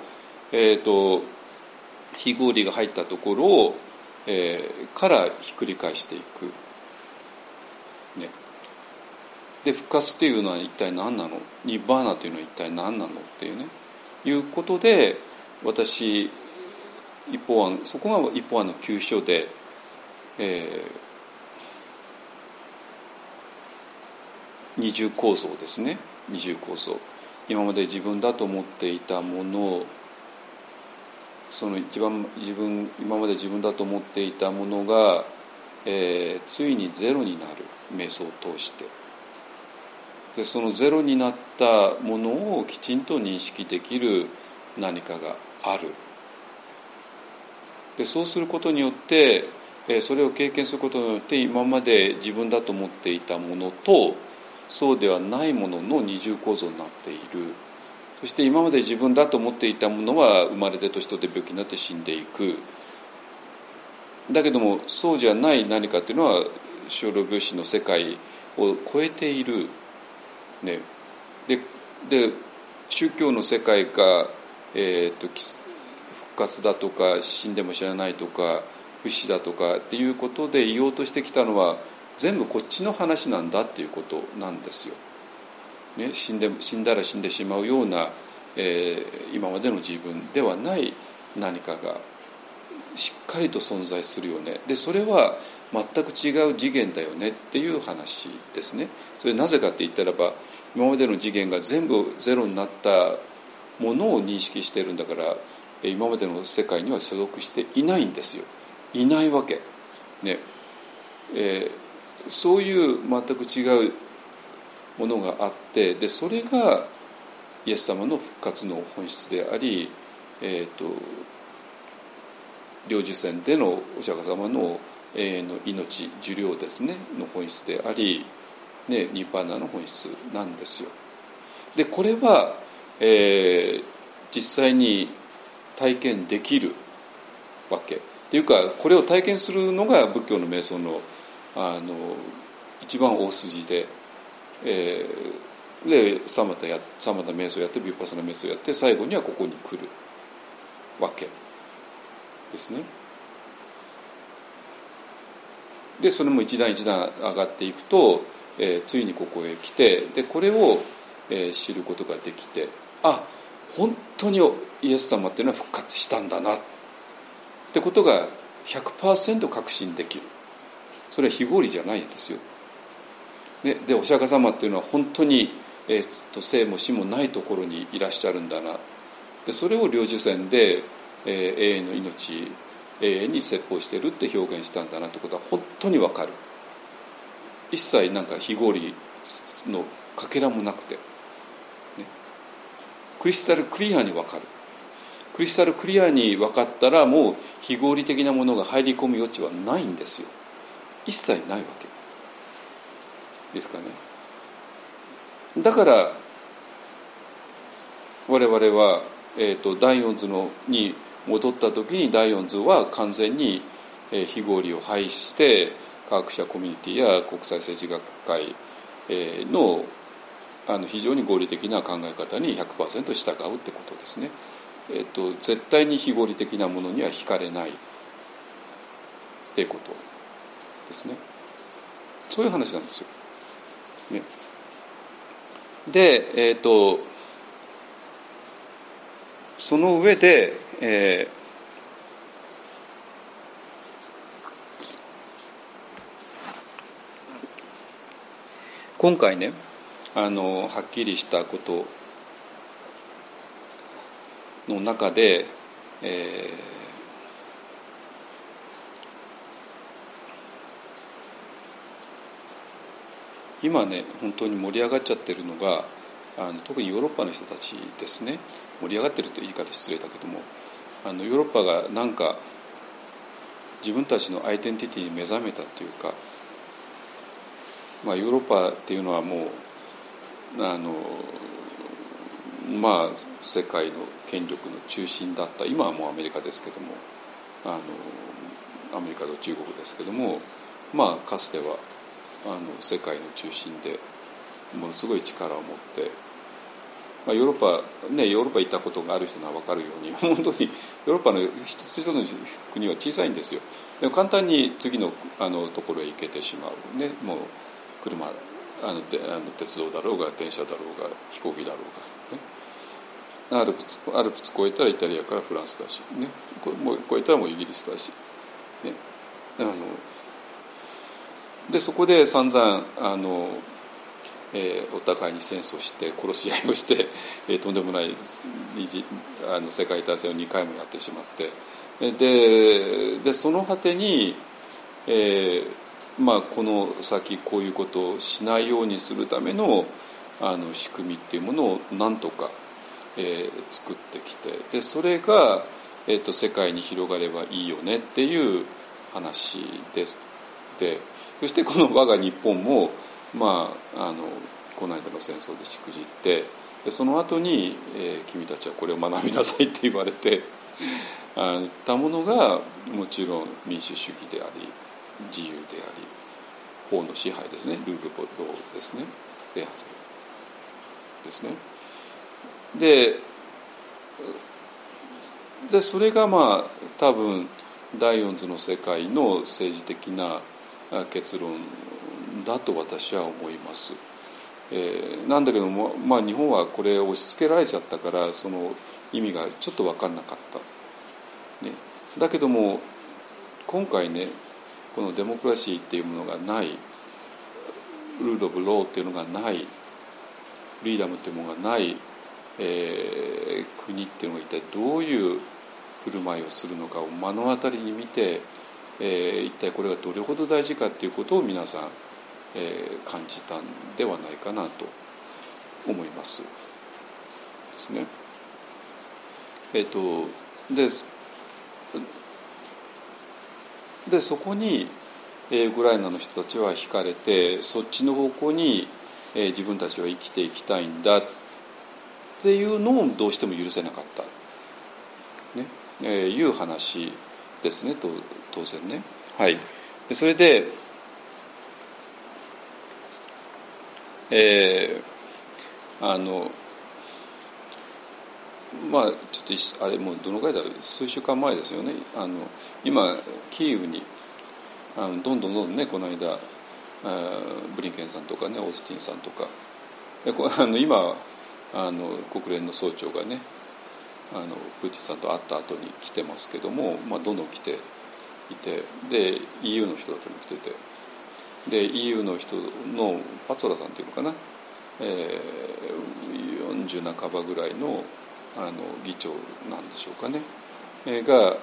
えー、と非合理が入ったところを、えー、からひっくり返していく、ね、で復活っていうのは一体何なの、ニッバーナというのは一体何なのっていうねいうことで、私一方案そこが一方案の急所で、えー、二重構造ですね。二重構造、今まで自分だと思っていたもの、その一番自分今まで自分だと思っていたものが、えー、ついにゼロになる、瞑想を通して。でそのゼロになったものをきちんと認識できる何かがある。でそうすることによって、えー、それを経験することによって今まで自分だと思っていたものとそうではないものの二重構造になっている。そして今まで自分だと思っていたものは生まれて年取って病気になって死んでいく。だけどもそうじゃない何かというのは生老病死の世界を超えている、ね、で, で宗教の世界が、えー、と復活だとか死んでも知らないとか不死だとかっていうことで言おうとしてきたのは全部こっちの話なんだっていうことなんですよ。ね、死んで、死んだら死んでしまうような、えー、今までの自分ではない何かがしっかりと存在するよね。でそれは全く違う次元だよねっていう話ですね。それなぜかって言ったらば今までの次元が全部ゼロになったものを認識してるんだから今までの世界には所属していないんですよ。いないわけ、ねえー、そういう全く違うものがあって、でそれがイエス様の復活の本質であり、えーと、領受船でのお釈迦様の永遠の命受領ですねの本質であり、ね、ニッパーナの本質なんですよ。でこれは、えー、実際に体験できるわけっていうか、これを体験するのが仏教の瞑想の、あの一番大筋で、えー、でサマタやサマタ瞑想やってビュッパサナ瞑想やって最後にはここに来るわけですね。でそれも一段一段上がっていくと、えー、ついにここへ来て、でこれを、えー、知ることができて、あ、本当にイエス様っていうのは復活したんだなってことが ひゃくパーセント 確信できる。それは非合理じゃないんですよ。で, でお釈迦様っていうのは本当に、えー、と生も死もないところにいらっしゃるんだな。でそれを領受船で、えー、永遠の命永遠に説法してるって表現したんだなってことは本当に分かる。一切なんか非合理のかけらもなくて、ね、クリスタルクリアに分かる。クリスタルクリアに分かったらもう非合理的なものが入り込む余地はないんですよ。一切ないわけですかね。だから我々は、えーと、第四図のに戻った時に第四図は完全に、えー、非合理を排して科学者コミュニティや国際政治学会、えー、の, あの非常に合理的な考え方に ひゃくパーセント 従うってことですね。えーと、絶対に非合理的なものには惹かれないってことですね。そういう話なんですよ。ね、で、えーと、その上で、えー、今回ね、あのはっきりしたことの中で、えー今ね本当に盛り上がっちゃってるのがあの特にヨーロッパの人たちですね。盛り上がってるという言い方失礼だけども、あのヨーロッパがなんか自分たちのアイデンティティに目覚めたというか、まあ、ヨーロッパっていうのはもうあのまあ世界の権力の中心だった。今はもうアメリカですけども、あのアメリカと中国ですけども、まあかつてはあの世界の中心でものすごい力を持って、 まあ、ヨーロッパねヨーロッパ行ったことがある人が分かるように本当にヨーロッパの一つ一つの国は小さいんですよ。でも簡単に次の、あのところへ行けてしまうね。もう車あのであの鉄道だろうが電車だろうが飛行機だろうが、ね、アルプスアルプス越えたらイタリアからフランスだし、ね、もう越えたらもうイギリスだし、ね、あのでそこで散々あの、えー、お互いに戦争して殺し合いをして、えー、とんでもないあの世界大戦をにかいもやってしまって、で, でその果てに、えーまあ、この先こういうことをしないようにするための、あの仕組みっていうものをなんとか、えー、作ってきて、でそれが、えー、と世界に広がればいいよねっていう話です。でそしてこの我が日本も、まあ、あのこの間の戦争でしくじって、でその後に、えー、君たちはこれを学びなさいって言われてあったものがもちろん民主主義であり自由であり法の支配ですね、ルールローですねであるですね。ででそれがまあ多分第四図の世界の政治的な結論だと私は思います。えー、なんだけども、まあ、日本はこれを押し付けられちゃったからその意味がちょっと分かんなかった、ね、だけども今回ねこのデモクラシーっていうものがない、ルール・オブ・ローっていうのがない、フリーダムっていうものがない、えー、国っていうのが一体どういう振る舞いをするのかを目の当たりに見て、えー、一体これがどれほど大事かっていうことを皆さん、えー、感じたんではないかなと思いますですね。えっとででそこに、えー、ウクライナの人たちは惹かれてそっちの方向に、えー、自分たちは生きていきたいんだっていうのをどうしても許せなかった、ねえー、いう話ですね、と当然ね。はい、でそれで、えー、あのまあちょっとあれもうどのくらいだろう、数週間前ですよね。あの今キーウにあのどんどんどんどんね、この間ブリンケンさんとかね、オースティンさんとかでこあの今あの国連の総長がねあのプーチンさんと会った後に来てますけども、まあ、どんどん来ていて、で イーユー の人たちも来てて、で イーユー の人のパツォラさんっていうのかな、えー、よんじゅう半ばぐらいのあの議長なんでしょうかね、えー、が、えー、あのウ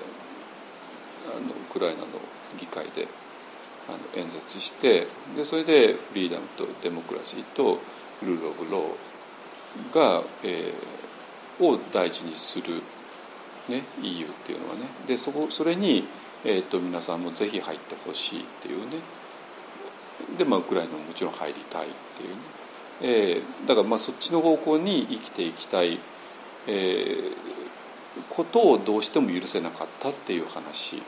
クライナの議会であの演説して、でそれでフリーダムとデモクラシーとルール・オブ・ローが、えー、を大事にする、ね、イーユー っていうのはね。で そ, こそれに、えー、と皆さんもぜひ入ってほしいっていうね。で、まあ、ウクライナももちろん入りたいっていうね、えー、だからまあそっちの方向に生きていきたい、えー、ことをどうしても許せなかったっていう話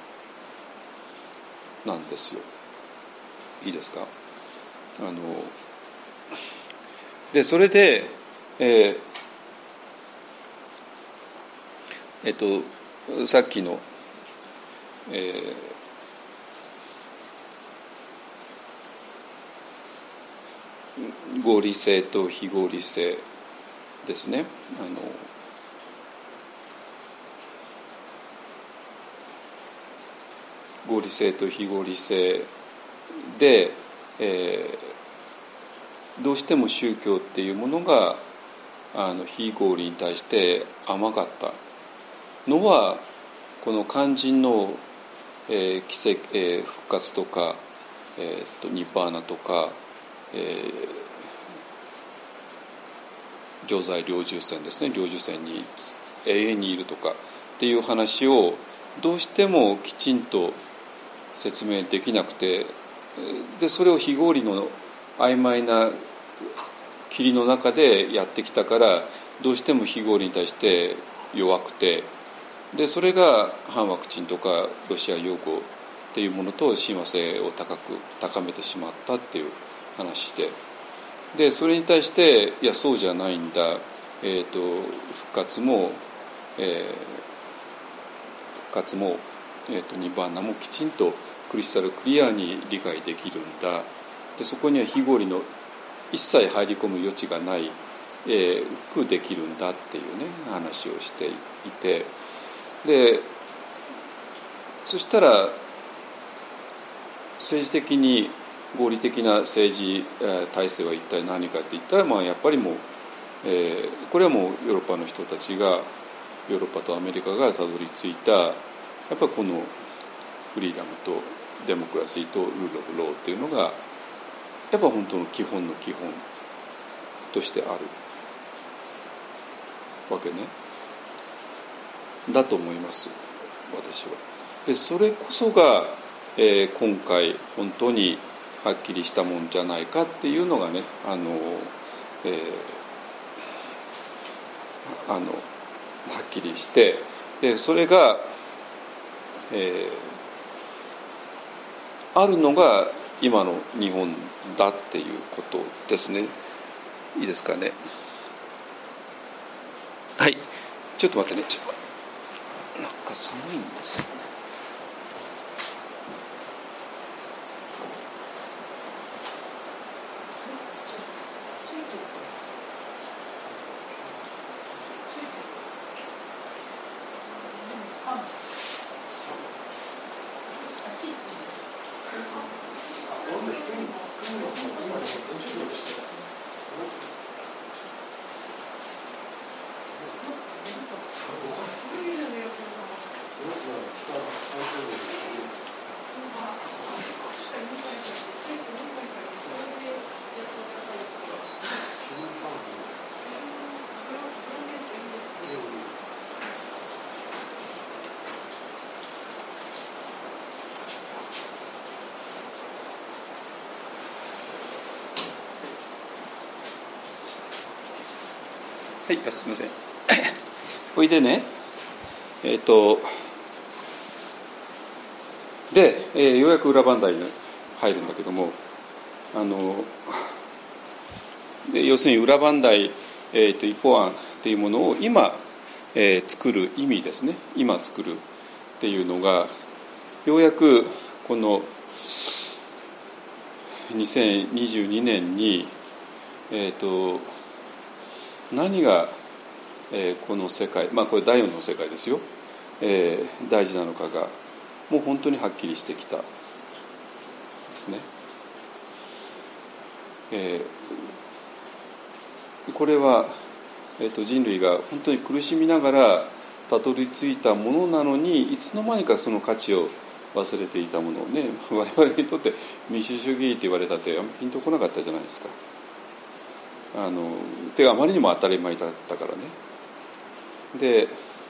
なんですよ。いいですか。あのでそれで、えーえっとさっきの、えー、合理性と非合理性ですね。あの合理性と非合理性で、えー、どうしても宗教っていうものがあの非合理に対して甘かったのは、この肝心の、えー奇跡えー、復活とか、えー、とニッバーナとか、えー、常在領受線ですね、領受線に永遠にいるとかっていう話をどうしてもきちんと説明できなくて、でそれを非合理の曖昧な霧の中でやってきたから、どうしても非合理に対して弱くて、でそれが反ワクチンとかロシア擁護っていうものと親和性を高く高めてしまったっていう話で、でそれに対していやそうじゃないんだ、 えー、と復活も、えー、復活も、えー、とニバーナもきちんとクリスタルクリアに理解できるんだ。でそこには非合理の一切入り込む余地がない、えー、くできるんだっていうね話をしていて、でそしたら政治的に合理的な政治、えー、体制は一体何かって言ったら、まあ、やっぱりもう、えー、これはもうヨーロッパの人たちがヨーロッパとアメリカがたどり着いたやっぱりこのフリーダムとデモクラシーとルール・オブ・ローっていうのがやっぱ本当の基本の基本としてあるわけねだと思います私は。でそれこそが、えー、今回本当にはっきりしたもんじゃないかっていうのがねあの、えー、あのはっきりしてでそれが、えー、あるのが今の日本だっていうことですね。いいですかね。はいちょっと待ってねちょっとなんか寒いんですよね。はい、すみません。ほいでね、えっ、ー、とで、えー、ようやく裏番台に入るんだけども、あので要するに裏番台、えー、と一方案っていうものを今、えー、作る意味ですね。今作るっていうのがようやくこのにせんにじゅうにねんに、えー、と何が、えー、この世界、まあこれだいよんの世界ですよ、えー、大事なのかがもう本当にはっきりしてきたですね。えー、これは、えー、と人類が本当に苦しみながらたどり着いたものなのにいつの間にかその価値を忘れていたものをね我々にとって民主主義って言われたってピンとこなかったじゃないですか。あのてあまりにも当たり前だったからね。で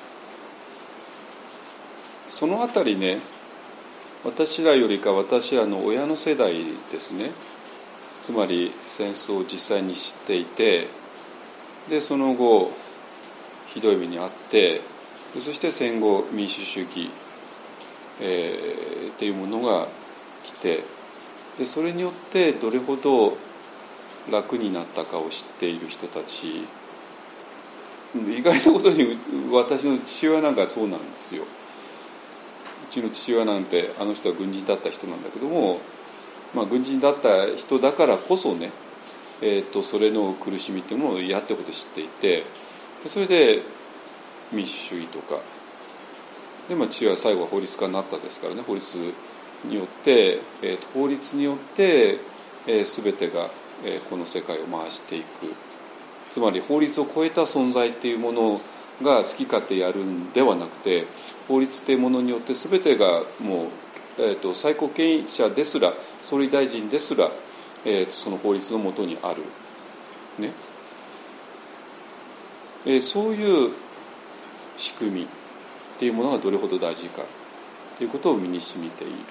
そのあたりね私らよりか私らの親の世代ですね。つまり戦争を実際に知っていてでその後ひどい目に遭ってでそして戦後民主主義、えー、っていうものが来てでそれによってどれほど楽になったかを知っている人たち意外なことに私の父親なんかそうなんですよ。うちの父親なんてあの人は軍人だった人なんだけども、まあ、軍人だった人だからこそね、えー、とそれの苦しみっていうのを嫌ってことを知っていてそれで民主主義とかで、まあ、父親は最後は法律家になったですからね法律によって、えー、と法律によって、えー、全てがこの世界を回していくつまり法律を超えた存在っていうものが好き勝手やるんではなくて法律っていうものによって全てがもう、えー、と最高権威者ですら総理大臣ですら、えー、とその法律の下にある、ねえー、そういう仕組みっていうものがどれほど大事かということを身に染みている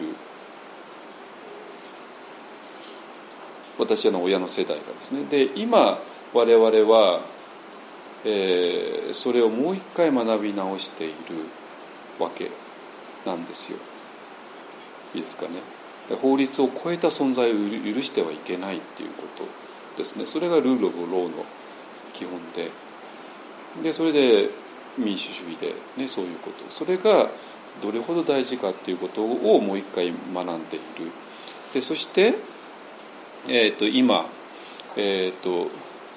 私の親の世代がですね。で今我々は、えー、それをもう一回学び直しているわけなんですよ。いいですかね。法律を超えた存在を許してはいけないっていうことですね。それがルール・オブ・ローの基本ででそれで民主主義で、ね、そういうこと、それがどれほど大事かっていうことをもう一回学んでいる。でそして、えー、と今、えー、と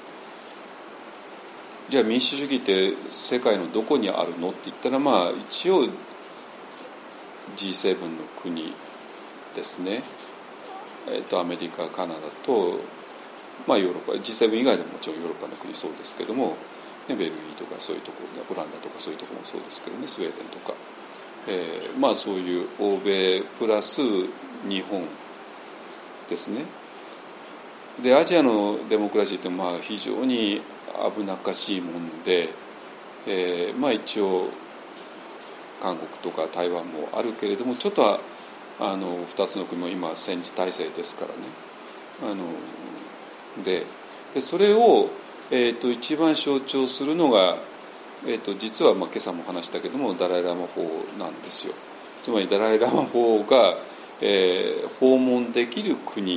じゃあ民主主義って世界のどこにあるのって言ったら、まあ一応 ジーセブン の国ですね、えー、とアメリカ、カナダと、まあ、ヨーロッパ ジーセブン 以外でももちろんヨーロッパの国そうですけども、ね、ベルギーとかそういうところ、オランダとかそういうところもそうですけどね、スウェーデンとか、えー、まあそういう欧米プラス日本ですね。でアジアのデモクラシーってまあ非常に危なっかしいもんで、えー、まあ一応韓国とか台湾もあるけれども、ちょっとあのふたつの国も今戦時体制ですからね。あの で, でそれを、えー、と一番象徴するのが、えー、と実はまあ今朝も話したけどもダライラマ法なんですよ。つまりダライラマ法が、えー、訪問できる国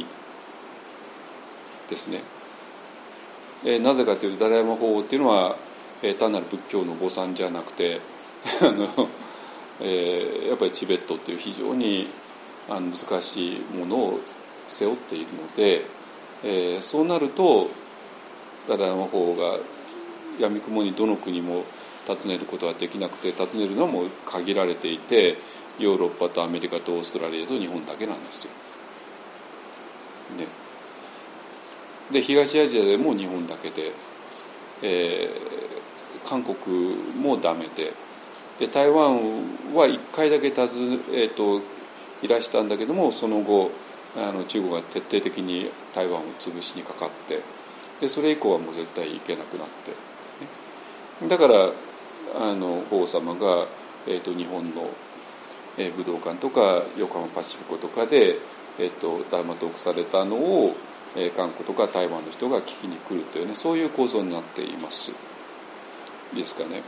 ですね。えー、なぜかというとダライラマ法っていうのは、えー、単なる仏教の誤算じゃなくてあの、えー、やっぱりチベットっていう非常にあの難しいものを背負っているので、えー、そうなるとダライラマ法が闇雲にどの国も訪ねることはできなくて、訪ねるのはもう限られていて、ヨーロッパとアメリカとオーストラリアと日本だけなんですよ、ね、で東アジアでも日本だけで、えー、韓国もダメで、で台湾はいっかいだけ訪ね、えー、といらしたんだけども、その後あの中国が徹底的に台湾を潰しにかかって、でそれ以降はもう絶対行けなくなって、ね、だからあの法皇様が、えー、と日本の、えー、武道館とか横浜パシフィコとかで、えー、とダーマトークされたのを、えー、韓国とか台湾の人が聞きに来るというね、そういう構造になっています。いいですかね。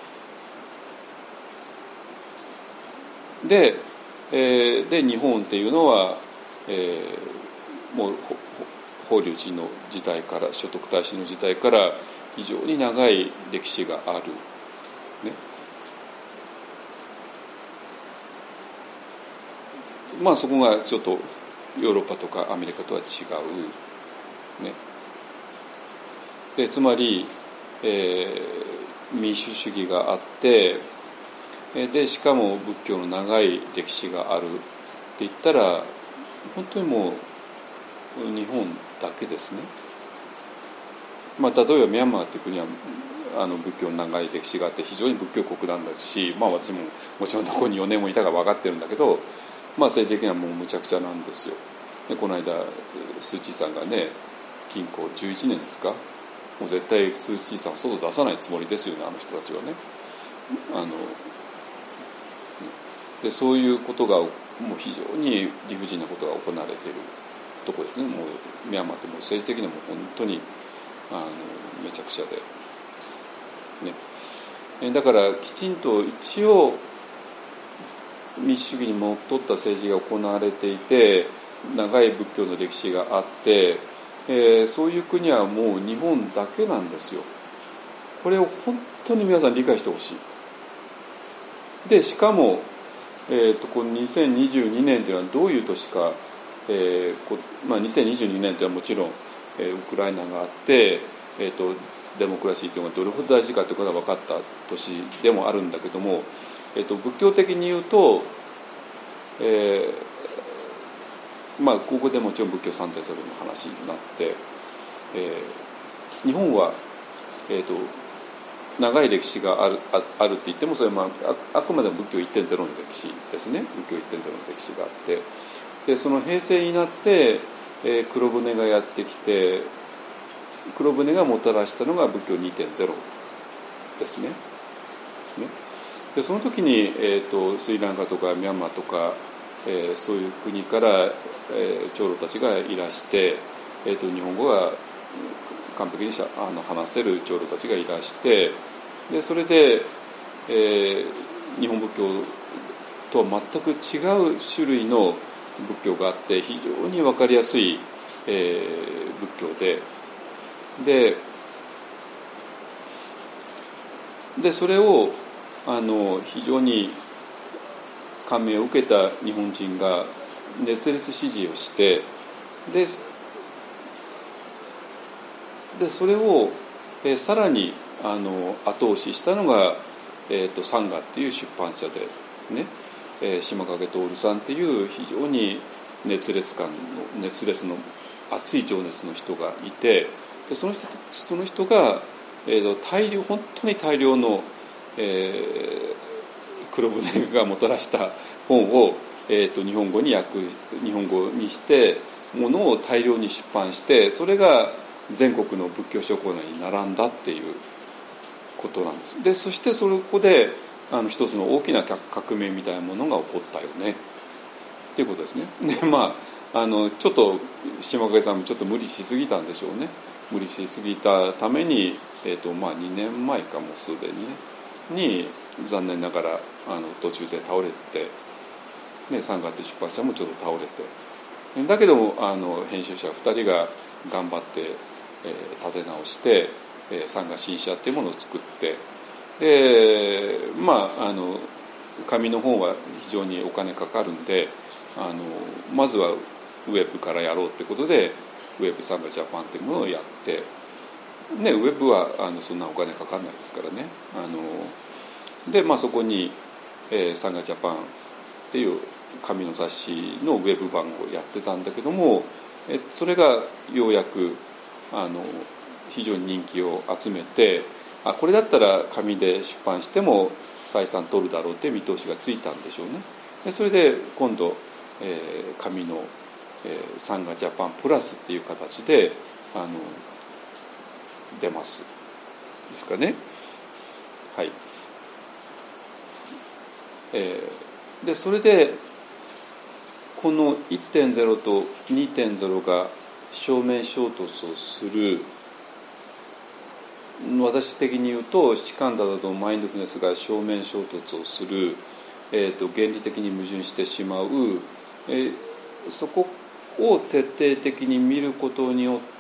で、えー、で日本っていうのは、えー、もう法隆寺の時代から、聖徳太子の時代から非常に長い歴史がある、ね、まあそこがちょっとヨーロッパとかアメリカとは違う、ね、でつまり、えー、民主主義があって、でしかも仏教の長い歴史があるって言ったら本当にもう日本だけですね。まあ、例えばミャンマーっていう国はあの仏教の長い歴史があって非常に仏教国なんだし、まあ、私ももちろんどこによねんもいたか分かってるんだけど、まあ、政治的にはもうむちゃくちゃなんですよ。でこの間スー・チーさんがね禁錮じゅういちねんですか、もう絶対スー・チーさんを外出さないつもりですよね、あの人たちはね。あのでそういうことがもう非常に理不尽なことが行われているところですね。もうミャンマーってもう政治的にも本当にあのめちゃくちゃで、ね、だからきちんと一応民主主義にのっとった政治が行われていて、長い仏教の歴史があって、えー、そういう国はもう日本だけなんですよ。これを本当に皆さん理解してほしい。でしかもえー、とこのにせんにじゅうにねんというのはどういう年か、えーこまあ、にせんにじゅうにねんというのはもちろん、えー、ウクライナがあって、えー、とデモクラシーというのがどれほど大事かということが分かった年でもあるんだけども、えー、と仏教的に言うと、えーまあ、ここでもちろん仏教さんてんゼロの話になって、えー、日本は、えーと長い歴史がある、あ、あるって言ってもそれは、まあ、あくまでも仏教 いってんゼロ の歴史ですね。仏教 いってんゼロ の歴史があって、でその平成になって、えー、黒船がやってきて、黒船がもたらしたのが仏教 にてんゼロ ですね。ですね。でその時に、えーと、スリランカとかミャンマーとか、えー、そういう国から、えー、長老たちがいらして、えーと、日本語が完璧にあの話せる長老たちがいらして、でそれで、えー、日本仏教とは全く違う種類の仏教があって非常に分かりやすい、えー、仏教でででそれをあの非常に感銘を受けた日本人が熱烈支持をして、ででそれを、えー、さらにあの後押ししたのが、えーと、サンガっていう出版社でね、えー、島影徹さんっていう非常に熱烈感の熱烈の熱い情熱の人がいて、でその人その人が、えーと、大量本当に大量の、えー、黒船がもたらした本を、えーと、日本語に訳日本語にしてものを大量に出版して、それが全国の仏教書庫内に並んだっていうことなんです。でそしてそこであの一つの大きな革命みたいなものが起こったよねっていうことですね。でまああのちょっと島影さんもちょっと無理しすぎたんでしょうね。無理しすぎたために、えーとまあ、にねんまえかもすでにねに残念ながらあの途中で倒れて、ね、サンガって出版社もちょっと倒れて、だけどあの編集者ふたりが頑張って、えー、立て直して、えー、サンガ新社っていうものを作って、でまああの紙の本は非常にお金かかるんで、あのまずはウェブからやろうってことでウェブサンガジャパンっていうものをやって、ね、ウェブはあのそんなお金かかんないですからね。あので、まあ、そこに、えー、サンガジャパンっていう紙の雑誌のウェブ版をやってたんだけども、えそれがようやくあの非常に人気を集めて、あこれだったら紙で出版しても採算取るだろうって見通しがついたんでしょうね。でそれで今度、えー、紙の、えー、サンガジャパンプラスっていう形であの出ますですかね。はい。えー、でそれでこの いってんゼロ と にてんゼロ が正面衝突をする、私的に言うとシカンダだとマインドフルネスが正面衝突をする、えー、と原理的に矛盾してしまう、えー、そこを徹底的に見ることによって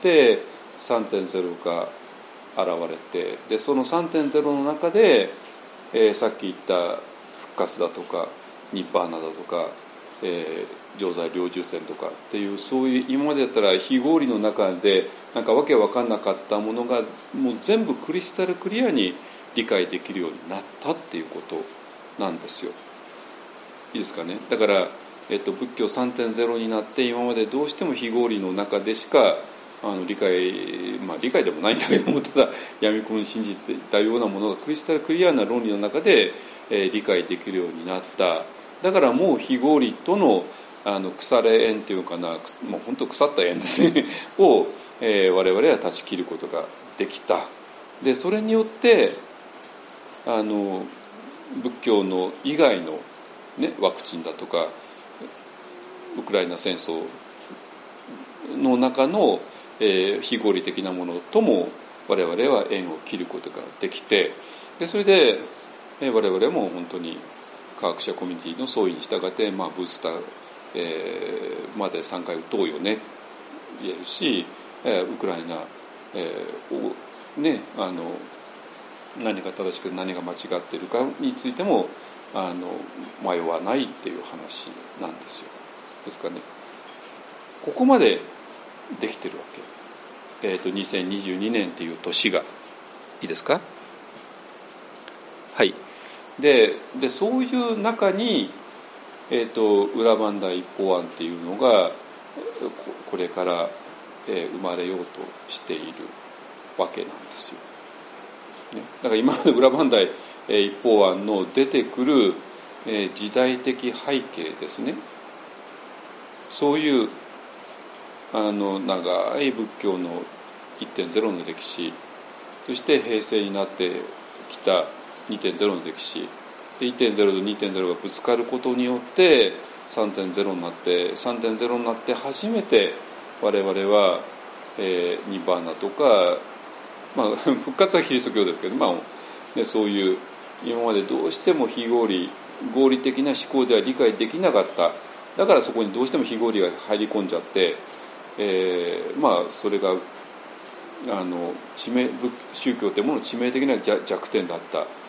さんてんゼロ が現れて、でその さんてんゼロ の中で、えー、さっき言った復活だとかニッバーナだとか、えー、常在領住線とかっていう、そういう今までだったら非合理の中でなんかわけわかんなかったものがもう全部クリスタルクリアに理解できるようになったっていうことなんですよ。いいですかね。だから、えっと、仏教 さんてんゼロ になって今までどうしても非合理の中でしかあの理解、まあ理解でもないんだけども、ただ闇雲に信じていたようなものがクリスタルクリアな論理の中で、えー、理解できるようになった。だからもう非合理とのあの腐れ縁っていうかな、もう本当腐った縁ですねを、えー、我々は断ち切ることができた。でそれによってあの仏教の以外の、ね、ワクチンだとかウクライナ戦争の中の、えー、非合理的なものとも我々は縁を切ることができて、でそれで、えー、我々も本当に科学者コミュニティの総意に従って、まあ、ブースター、えー、までさんかい打とうよね言えるし、えー、ウクライナ、えーをね、あの何が正しく何が間違っているかについてもあの迷わないっていう話なんですよ。ですかね。ここまでできてるわけ。えーと、にせんにじゅうにねんっていう年がいいですか。はい。で, でそういう中に、えーと、裏磐梯一法案っていうのがこれから、えー、生まれようとしているわけなんですよ。ね、だから今まで裏磐梯一法案の出てくる、えー、時代的背景ですね。そういうあの長い仏教の いってんゼロ の歴史、そして平成になってきた にてんゼロ の歴史で いってんゼロ と にてんゼロ がぶつかることによって さんてんゼロ になって さんてんゼロ になって初めて我々は、えー、ニバーナとか、まあ、復活はキリスト教ですけど、まあね、そういう今までどうしても非合理合理的な思考では理解できなかった、だからそこにどうしても非合理が入り込んじゃって、えー、まあそれがあの致命宗教というものの致命的な弱点だった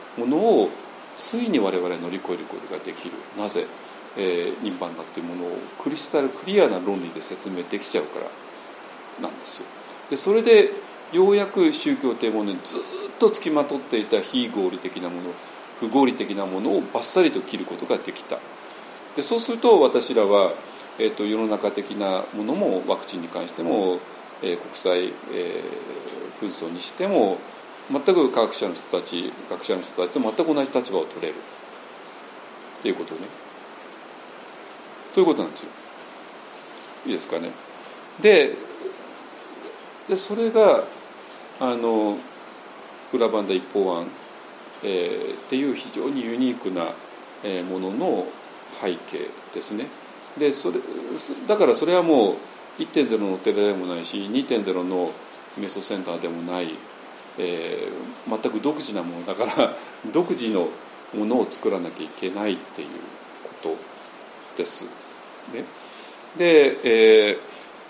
ものをついに我々は乗り越えることができる。なぜ、えー、ニッバーナっていうものをクリスタルクリアな論理で説明できちゃうからなんですよ。でそれでようやく宗教というものにずっとつきまとっていた非合理的なもの、不合理的なものをバッサリと切ることができた。でそうすると私らは、えー、と世の中的なものもワクチンに関しても、えー、国際、えー、紛争にしても全く科学者の人たち学者の人たちと全く同じ立場を取れるっていうことね。そういうことなんですよ。いいですかね。で、でそれがあの裏バンダ一方案、えー、っていう非常にユニークな、えー、ものの背景ですね。でそれだからそれはもう いってんゼロ のお寺でもないし にてんゼロ のメソセンターでもない、えー、全く独自なものだから独自のものを作らなきゃいけないっていうことです、ね。で、え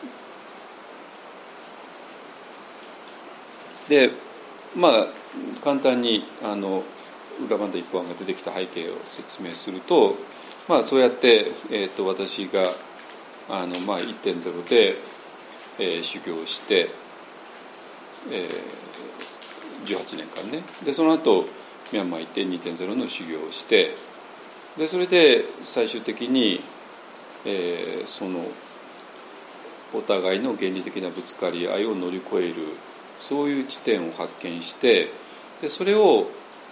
ー、でまあ簡単にあの裏バンダ一方案が出てきた背景を説明すると、まあ、そうやって、えー、と私があの、まあ、いってんゼロ で、えー、修行して、えー、じゅうはちねんかんね。でその後ミャンマー行って にてんゼロ の修行をして、でそれで最終的に、えー、そのお互いの原理的なぶつかり合いを乗り越えるそういう地点を発見して、でそれを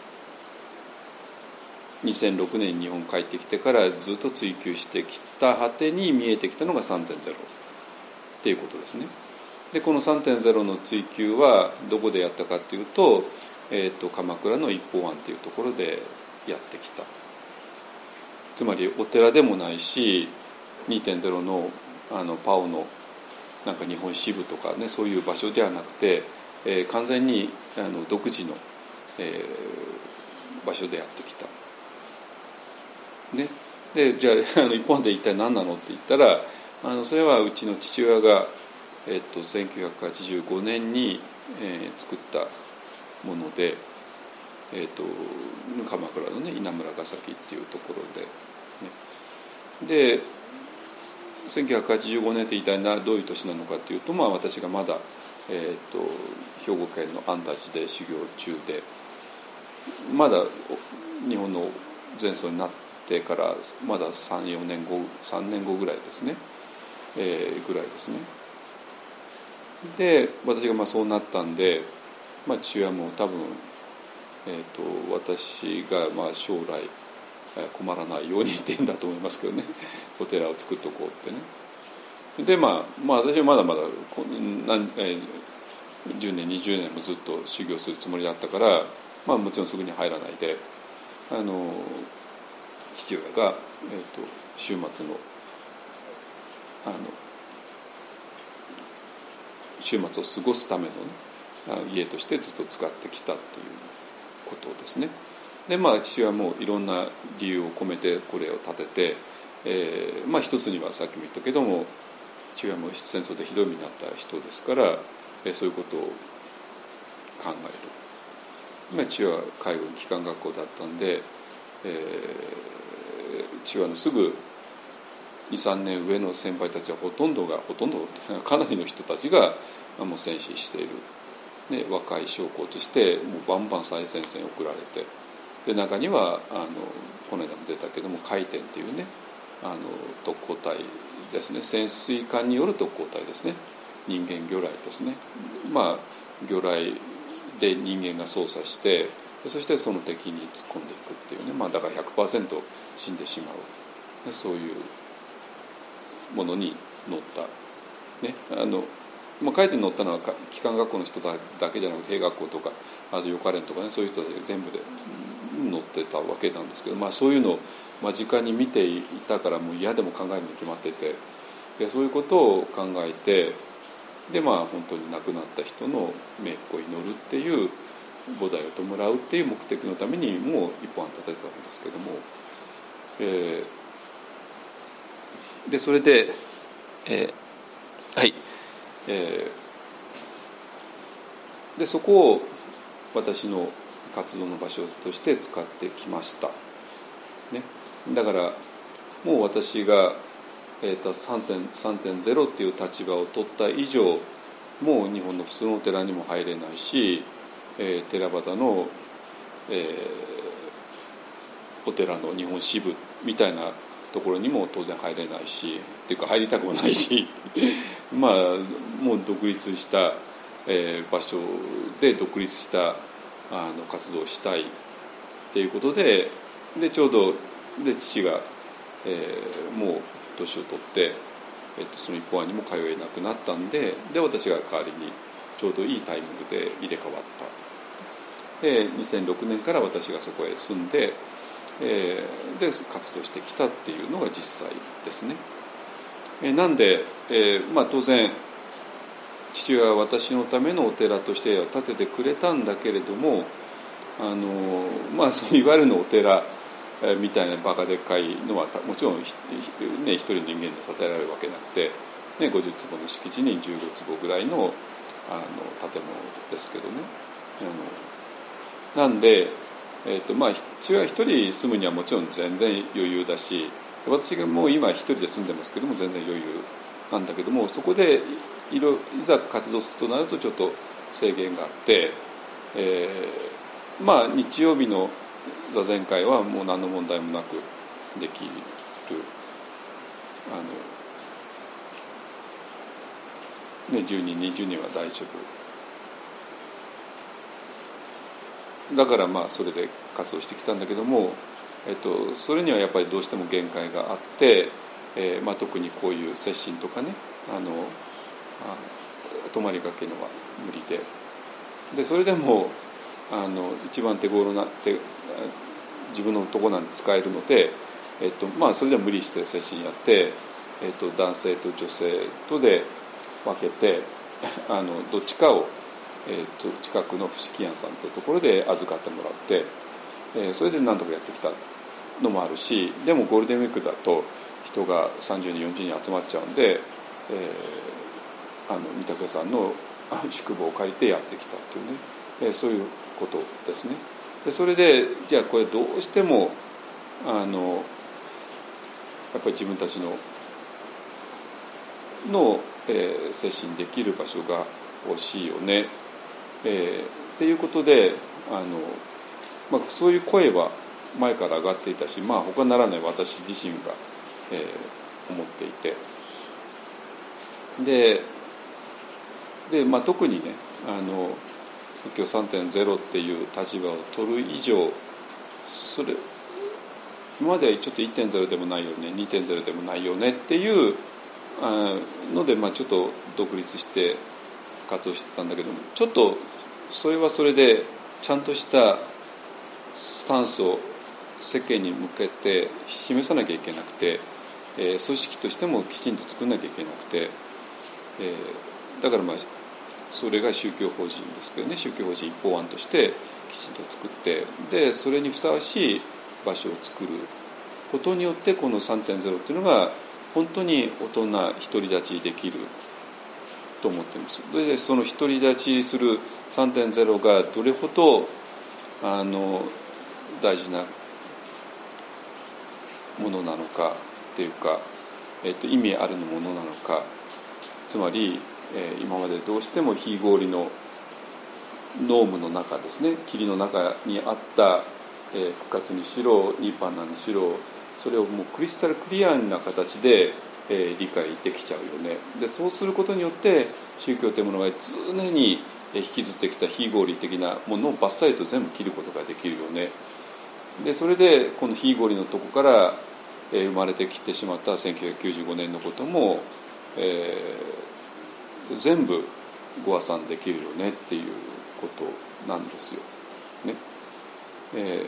にせんろくねんに日本帰ってきてからずっと追求してきた果てに見えてきたのが さんてんゼロ っていうことですね。でこの さんてんゼロ の追求はどこでやったかっていうと、えー、と鎌倉の一方案っていうところでやってきた。つまりお寺でもないし にてんゼロ の, あのパオのなんか日本支部とかね、そういう場所ではなくて、えー、完全にあの独自の、えー、場所でやってきた。ね、でじゃあ、あの一方で一体何なのって言ったら、あのそれはうちの父親が、えっと、せんきゅうひゃくはちじゅうごねんに、えー、作ったもので、えっと、鎌倉のね稲村ヶ崎っていうところで、ね、でせんきゅうひゃくはちじゅうごねんって一体どういう年なのかっていうと、まあ、私がまだ、えっと、兵庫県の安達で修行中で、まだ日本の前奏になっててからまだ さん,よ 年後さんねんごぐらいですね、えー、ぐらいですね。で私がまあそうなったんで、まあ、父親も多分、えー、と私がまあ将来困らないように言ってんだと思いますけどね、お寺を作っとこうってね。でまあ、まあ、私はまだまだ何、えー、じゅうねんにじゅうねんもずっと修行するつもりだったから、まあ、もちろんすぐに入らないで、あの父親が、えー、と週末のあの週末を過ごすための、ね、家としてずっと使ってきたっていうことですね。でまあ父親もいろんな理由を込めてこれを建てて、えー、まあ一つにはさっきも言ったけども、父親も戦争でひどい目になった人ですから、えー、そういうことを考える。まあ、父親は海軍機関学校だったんで、えー父親のすぐ に,さん 年上の先輩たちはほとんどがほとんどかなりの人たちがもう戦死している、ね、若い将校としてもうバンバン最前線に送られて、で中にはあのこの間も出たけども海天っていうね、あの特攻隊ですね、潜水艦による特攻隊ですね、人間魚雷ですね。まあ魚雷で人間が操作して、そしてその敵に突っ込んでいくっていうね、まあ、だから ひゃくパーセント 死んでしまう、そういうものに乗った、ね、あの、まあ、書いて乗ったのは機関学校の人だけじゃなくて兵学校とかあとヨカレンとかね、そういう人たちが全部で乗ってたわけなんですけど、まあ、そういうのを間近に見ていたからもう嫌でも考えるに決まってて、でそういうことを考えて、でまあ本当に亡くなった人の冥福を祈るっていう菩提を弔うっていう目的のためにもう一本立てたわけですけども、えー、でそれで、えー、はい、えー、でそこを私の活動の場所として使ってきました、ね、だからもう私が、えー、と さんてんゼロ っていう立場を取った以上もう日本の普通のお寺にも入れないし、えー、寺端の、えー、お寺の日本支部みたいなところにも当然入れないしっていうか入りたくもないしまあもう独立した、えー、場所で独立したあの活動をしたいっていうことで、でちょうどで父が、えー、もう年を取って、えー、とその一本案にも通えなくなったんで、で私が代わりにちょうどいいタイミングで入れ替わった。でにせんろくねんから私がそこへ住んで、えー、で活動してきたっていうのが実際ですね。えー、なんで、えーまあ、当然父は私のためのお寺として建ててくれたんだけれども、あのまあそういわゆるのお寺みたいなバカでっかいのはもちろん、ね、一人の人間で建てられるわけなくて、ね、ごじゅうつぼの敷地にじゅうごつぼぐらいの、あの建物ですけどね。あのなんで、えーとまあ、父は一人住むにはもちろん全然余裕だし、私がもう今一人で住んでますけども全然余裕なんだけども、そこでいろいざ活動するとなるとちょっと制限があって、えー、まあ日曜日の座禅会はもう何の問題もなくできる、あの、ね、じゅうにんにじゅうにんは大丈夫だからまあそれで活動してきたんだけども、えっと、それにはやっぱりどうしても限界があって、えーまあ、特にこういう接心とかね、あのあ泊まりがけのは無理で、でそれでもあの一番手頃な手自分のところなんで使えるので、えっとまあ、それでも無理して接心やって、えっと、男性と女性とで分けてあのどっちかを、えっと、近くの伏木庵さんというところで預かってもらって、えー、それで何とかやってきたのもあるし、でもゴールデンウィークだと人がさんじゅうにんよんじゅうにん集まっちゃうんで、えー、あの御嶽さんの宿坊を借りてやってきたというね、えー、そういうことですね。でそれでじゃあこれどうしてもあのやっぱり自分たちのの、えー、接心できる場所が欲しいよね、えー、っていうことであの、まあ、そういう声は前から上がっていたし、まあ、他ならない私自身が、えー、思っていて、でで、まあ、特にねあの仏教 さんてんゼロ っていう立場を取る以上、それ今まではちょっと いってんゼロ でもないよね にてんゼロ でもないよねっていうので、まあ、ちょっと独立して活動してたんだけども、ちょっとそれはそれでちゃんとしたスタンスを世間に向けて示さなきゃいけなくて、えー、組織としてもきちんと作らなきゃいけなくて、えー、だからまあそれが宗教法人ですけどね、宗教法人一方案としてきちんと作って、でそれにふさわしい場所を作ることによって、この さんてんゼロ っていうのが本当に大人独り立ちできると思っています。でその独り立ちする さんてんゼロ がどれほどあの大事なものなのかっていうか、えっと、意味あるものなのか、つまりえー、今までどうしても非合理のノームの中ですね、霧の中にあった、えー、復活にしろニッパーナにしろ、それをもうクリスタルクリアな形で、えー、理解できちゃうよね。でそうすることによって宗教というものが常に引きずってきた非合理的なものをバッサリと全部切ることができるよね。でそれでこの非合理のとこから、えー、生まれてきてしまったせんきゅうひゃくきゅうじゅうごねんのことも、えー全部ご破算できるよねっていうことなんですよ、ねえ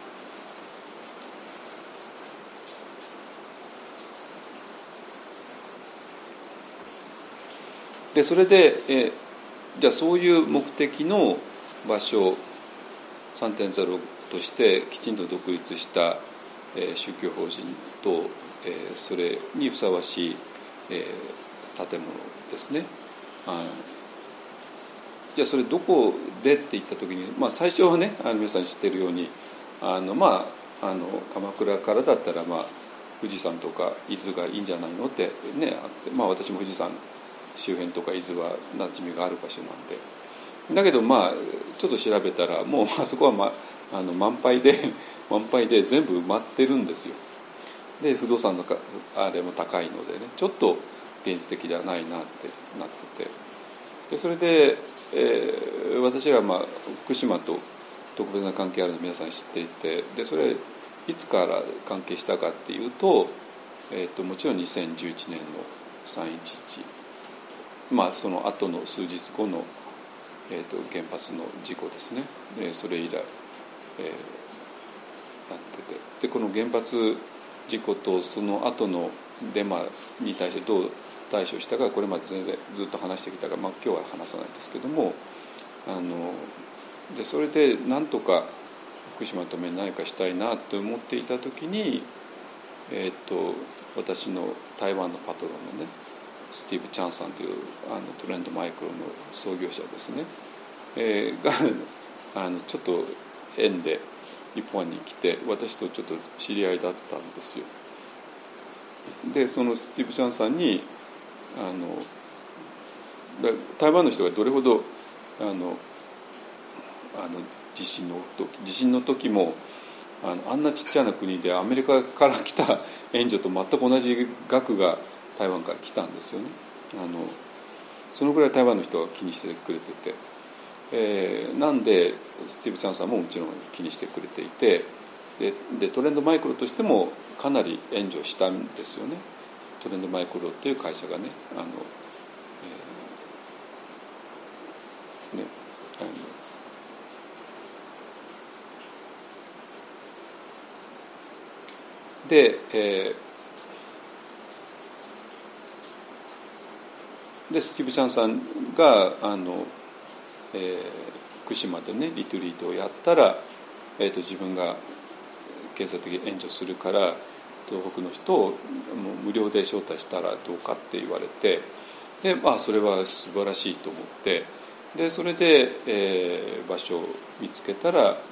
ー、でそれで、えー、じゃあそういう目的の場所 さんてんゼロ としてきちんと独立した、えー、宗教法人と、えー、それにふさわしい、えー、建物ですね。 じゃあそれどこでって言った時に、まあ、最初はねあの皆さん知ってるようにあの、まあ、あの鎌倉からだったら、まあ、富士山とか伊豆がいいんじゃないのってねあって、まあ、私も富士山周辺とか伊豆は馴染みがある場所なんで、だけどまあちょっと調べたらもうあそこは、ま、あの満杯で満杯で全部埋まってるんですよ。で不動産のかあれも高いのでねちょっと現実的ではないなってなってて、でそれで、えー、私が、まあ、福島と特別な関係あるの皆さん知っていて、でそれいつから関係したかっていうと、えー、ともちろんにせんじゅういちねんのさんいちいち、まあその後の数日後の、えー、と原発の事故ですね。でそれ以来、えー、やってて、でこの原発事故とその後のデマに対してどう対処したか、これまで全然ずっと話してきたから、まあ、今日は話さないですけども、あのでそれでなんとか福島のために何かしたいなと思っていた時に、えー、と私の台湾のパトロンのねスティーブ・チャンさんというあのトレンドマイクロの創業者ですね、えー、があのちょっと縁で日本に来て私とちょっと知り合いだったんですよ。でそのスティーブ・チャンさんにあの台湾の人がどれほどあのあの地震の時地震の時もあのあんなちっちゃな国でアメリカから来た援助と全く同じ額が台湾から来たんですよね。あのそのぐらい台湾の人は気にしてくれてて、えー、なんでスティーブ・チャンさんももちろん気にしてくれていて、ででトレンドマイクロとしてもかなり援助したんですよね。トレンドマイクロっていう会社がね、あの、えー、ねあので、えー、でスティーブ・チャンさんがあの、えー、福島でねリトリートをやったら、えー、と自分が経済的援助するから東北の人をもう無料で招待したらどうかって言われて、で、まあ、それは素晴らしいと思って、でそれで、えー、場所を見つけたら、え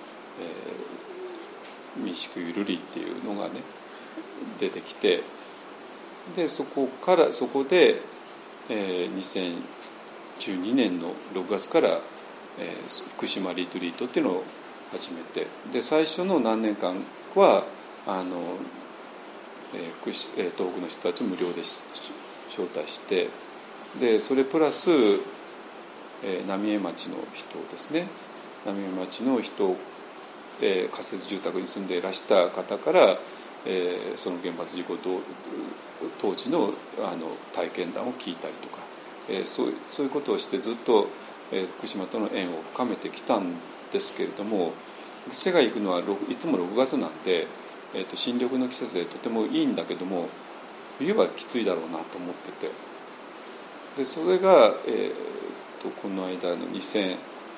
ー、民宿ゆるりっていうのがね出てきて、でそこからそこで、えー、にせんじゅうにねんのろくがつから、えー、福島リトリートっていうのを始めて、で最初の何年間はあの、えー、東北の人たちを無料で招待して、でそれプラス、えー、浪江町の人ですね、浪江町の人、えー、仮設住宅に住んでいらした方から、えー、その原発事故当時 の, あの体験談を聞いたりとか、えー、そう, そういうことをしてずっと、えー、福島との縁を深めてきたんですけれども、私が行くのはいつもろくがつなんで、えー、と新緑の季節でとてもいいんだけども冬はきついだろうなと思ってて、でそれが、えー、とこの間のにせん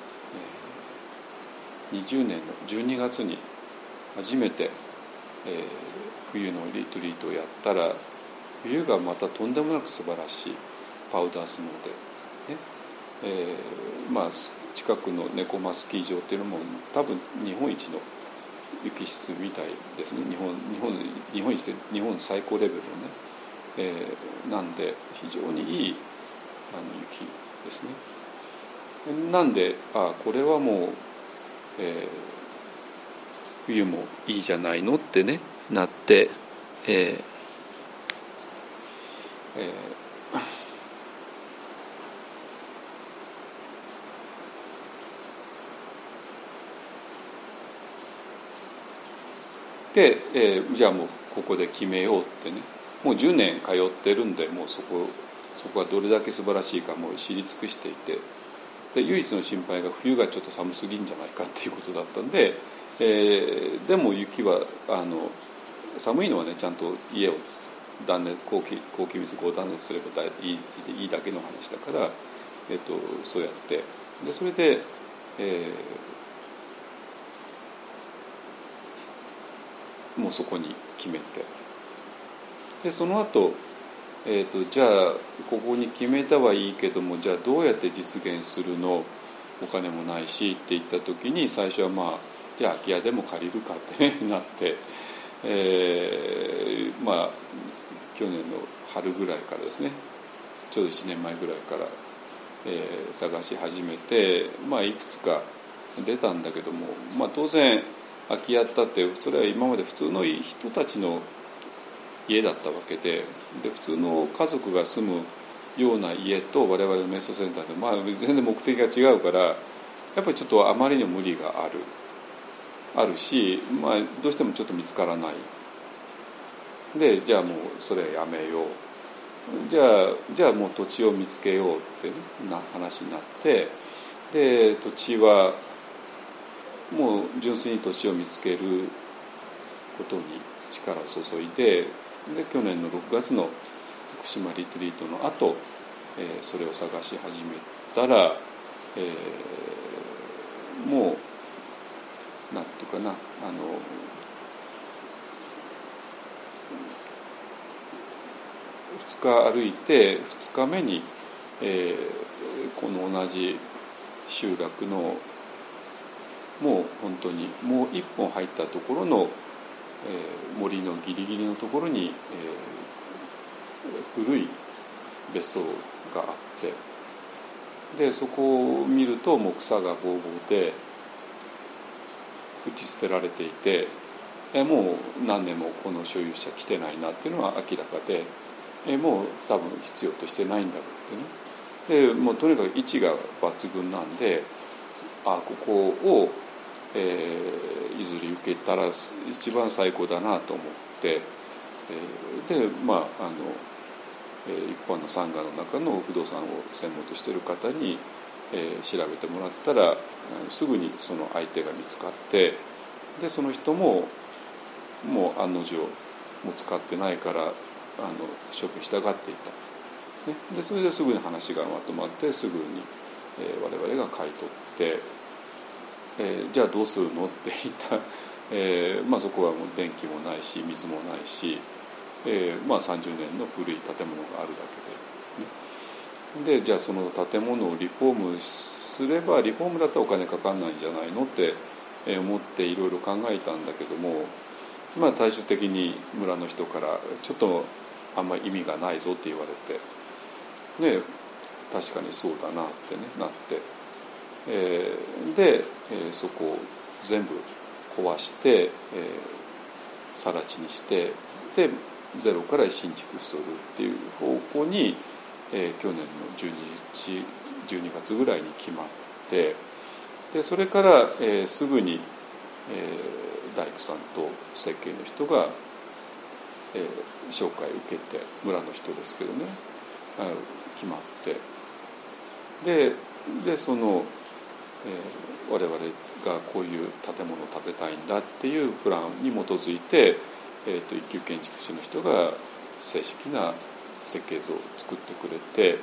にじゅうねんのじゅうにがつに初めて、えー、冬のリトリートをやったら冬がまたとんでもなく素晴らしいパウダースノーで、ねえーまあ、近くの猫間スキー場っていうのも多分日本一の雪質みたいですね。日本日本日本一で日本最高レベルのね、えー、なんで非常にいいあの雪ですね。なんであこれはもう、えー、冬もいいじゃないのってねなって、えーえーで、えー、じゃあもうここで決めようってね、もうじゅうねん通ってるんで、もうそこそこはどれだけ素晴らしいかもう知り尽くしていて、で唯一の心配が冬がちょっと寒すぎんじゃないかっていうことだったんで、えー、でも雪はあの寒いのはねちゃんと家を断熱高気高気密合断熱すればいい、いいだけの話だから、えー、とそうやってでそれで、えー、もうそこに決めて、でその後、えー、とじゃあここに決めたはいいけども、じゃあどうやって実現するの、 お金もないしって言った時に、最初はまあじゃあ空き家でも借りるかって、ね、なって、えー、まあ去年の春ぐらいからですね、ちょうどいちねんまえぐらいから、えー、探し始めて、まあいくつか出たんだけども、まあ、当然空き家だってそれは今まで普通の人たちの家だったわけで、で普通の家族が住むような家と我々の瞑想センターで、まあ、全然目的が違うから、やっぱりちょっとあまりに無理があるあるし、まあ、どうしてもちょっと見つからない。でじゃあもうそれやめよう、じゃあじゃあもう土地を見つけようってね、な話になって、で土地はもう純粋に土地を見つけることに力を注いで、で去年のろくがつの福島リトリートの後、えー、それを探し始めたら、えー、もうなんていうかな、あのふつか歩いてふつかめに、えー、この同じ集落のもう本当にもう一本入ったところの、えー、森のギリギリのところに、えー、古い別荘があって、でそこを見るともう草がぼうぼうで打ち捨てられていて、えー、もう何年もこの所有者来てないなっていうのは明らかで、えー、もう多分必要としてないんだろうってね。でもうとにかく位置が抜群なんで、あここをえー、譲り受けたら一番最高だなと思って、えー、でまああの、えー、一般の産業の中の不動産を専門としている方に、えー、調べてもらったらすぐにその相手が見つかって、でその人ももう案の定もう使ってないからあの処分したがっていた、ね、でそれですぐに話がまとまってすぐに、えー、我々が買い取って。えー、じゃあどうするのって言った、えーまあ、そこはもう電気もないし水もないし、えーまあ、さんじゅうねんの古い建物があるだけで、ね、でじゃあその建物をリフォームすればリフォームだったらお金かかんないんじゃないのって思っていろいろ考えたんだけども、まあ、最終的に村の人からちょっとあんまり意味がないぞって言われて、ね、確かにそうだなって、ね、なって。えー、で、えー、そこを全部壊して、えー、更地にしてでゼロから新築するっていう方向に、えー、去年のじゅうにがつぐらいに決まって、でそれから、えー、すぐに、えー、大工さんと設計の人が、えー、紹介を受けて村の人ですけどね決まってででそのえー、我々がこういう建物を建てたいんだっていうプランに基づいて、えー、と一級建築士の人が正式な設計図を作ってくれて、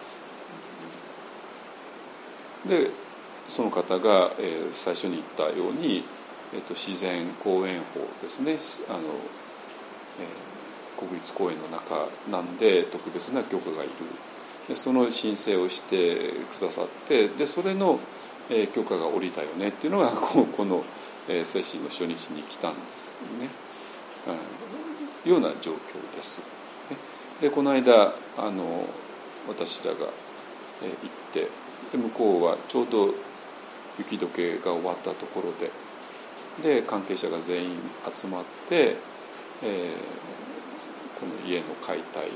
でその方が、えー、最初に言ったように、えー、と自然公園法ですね、あの、えー、国立公園の中なんで特別な許可がいる、でその申請をしてくださって、でそれのえー、許可が下りたよねっていうのがこの、えー、接種の初日に来たんですね、うん、ような状況です。でこの間あの私らが、えー、行ってで向こうはちょうど雪解けが終わったところでで関係者が全員集まって、えー、この家の解体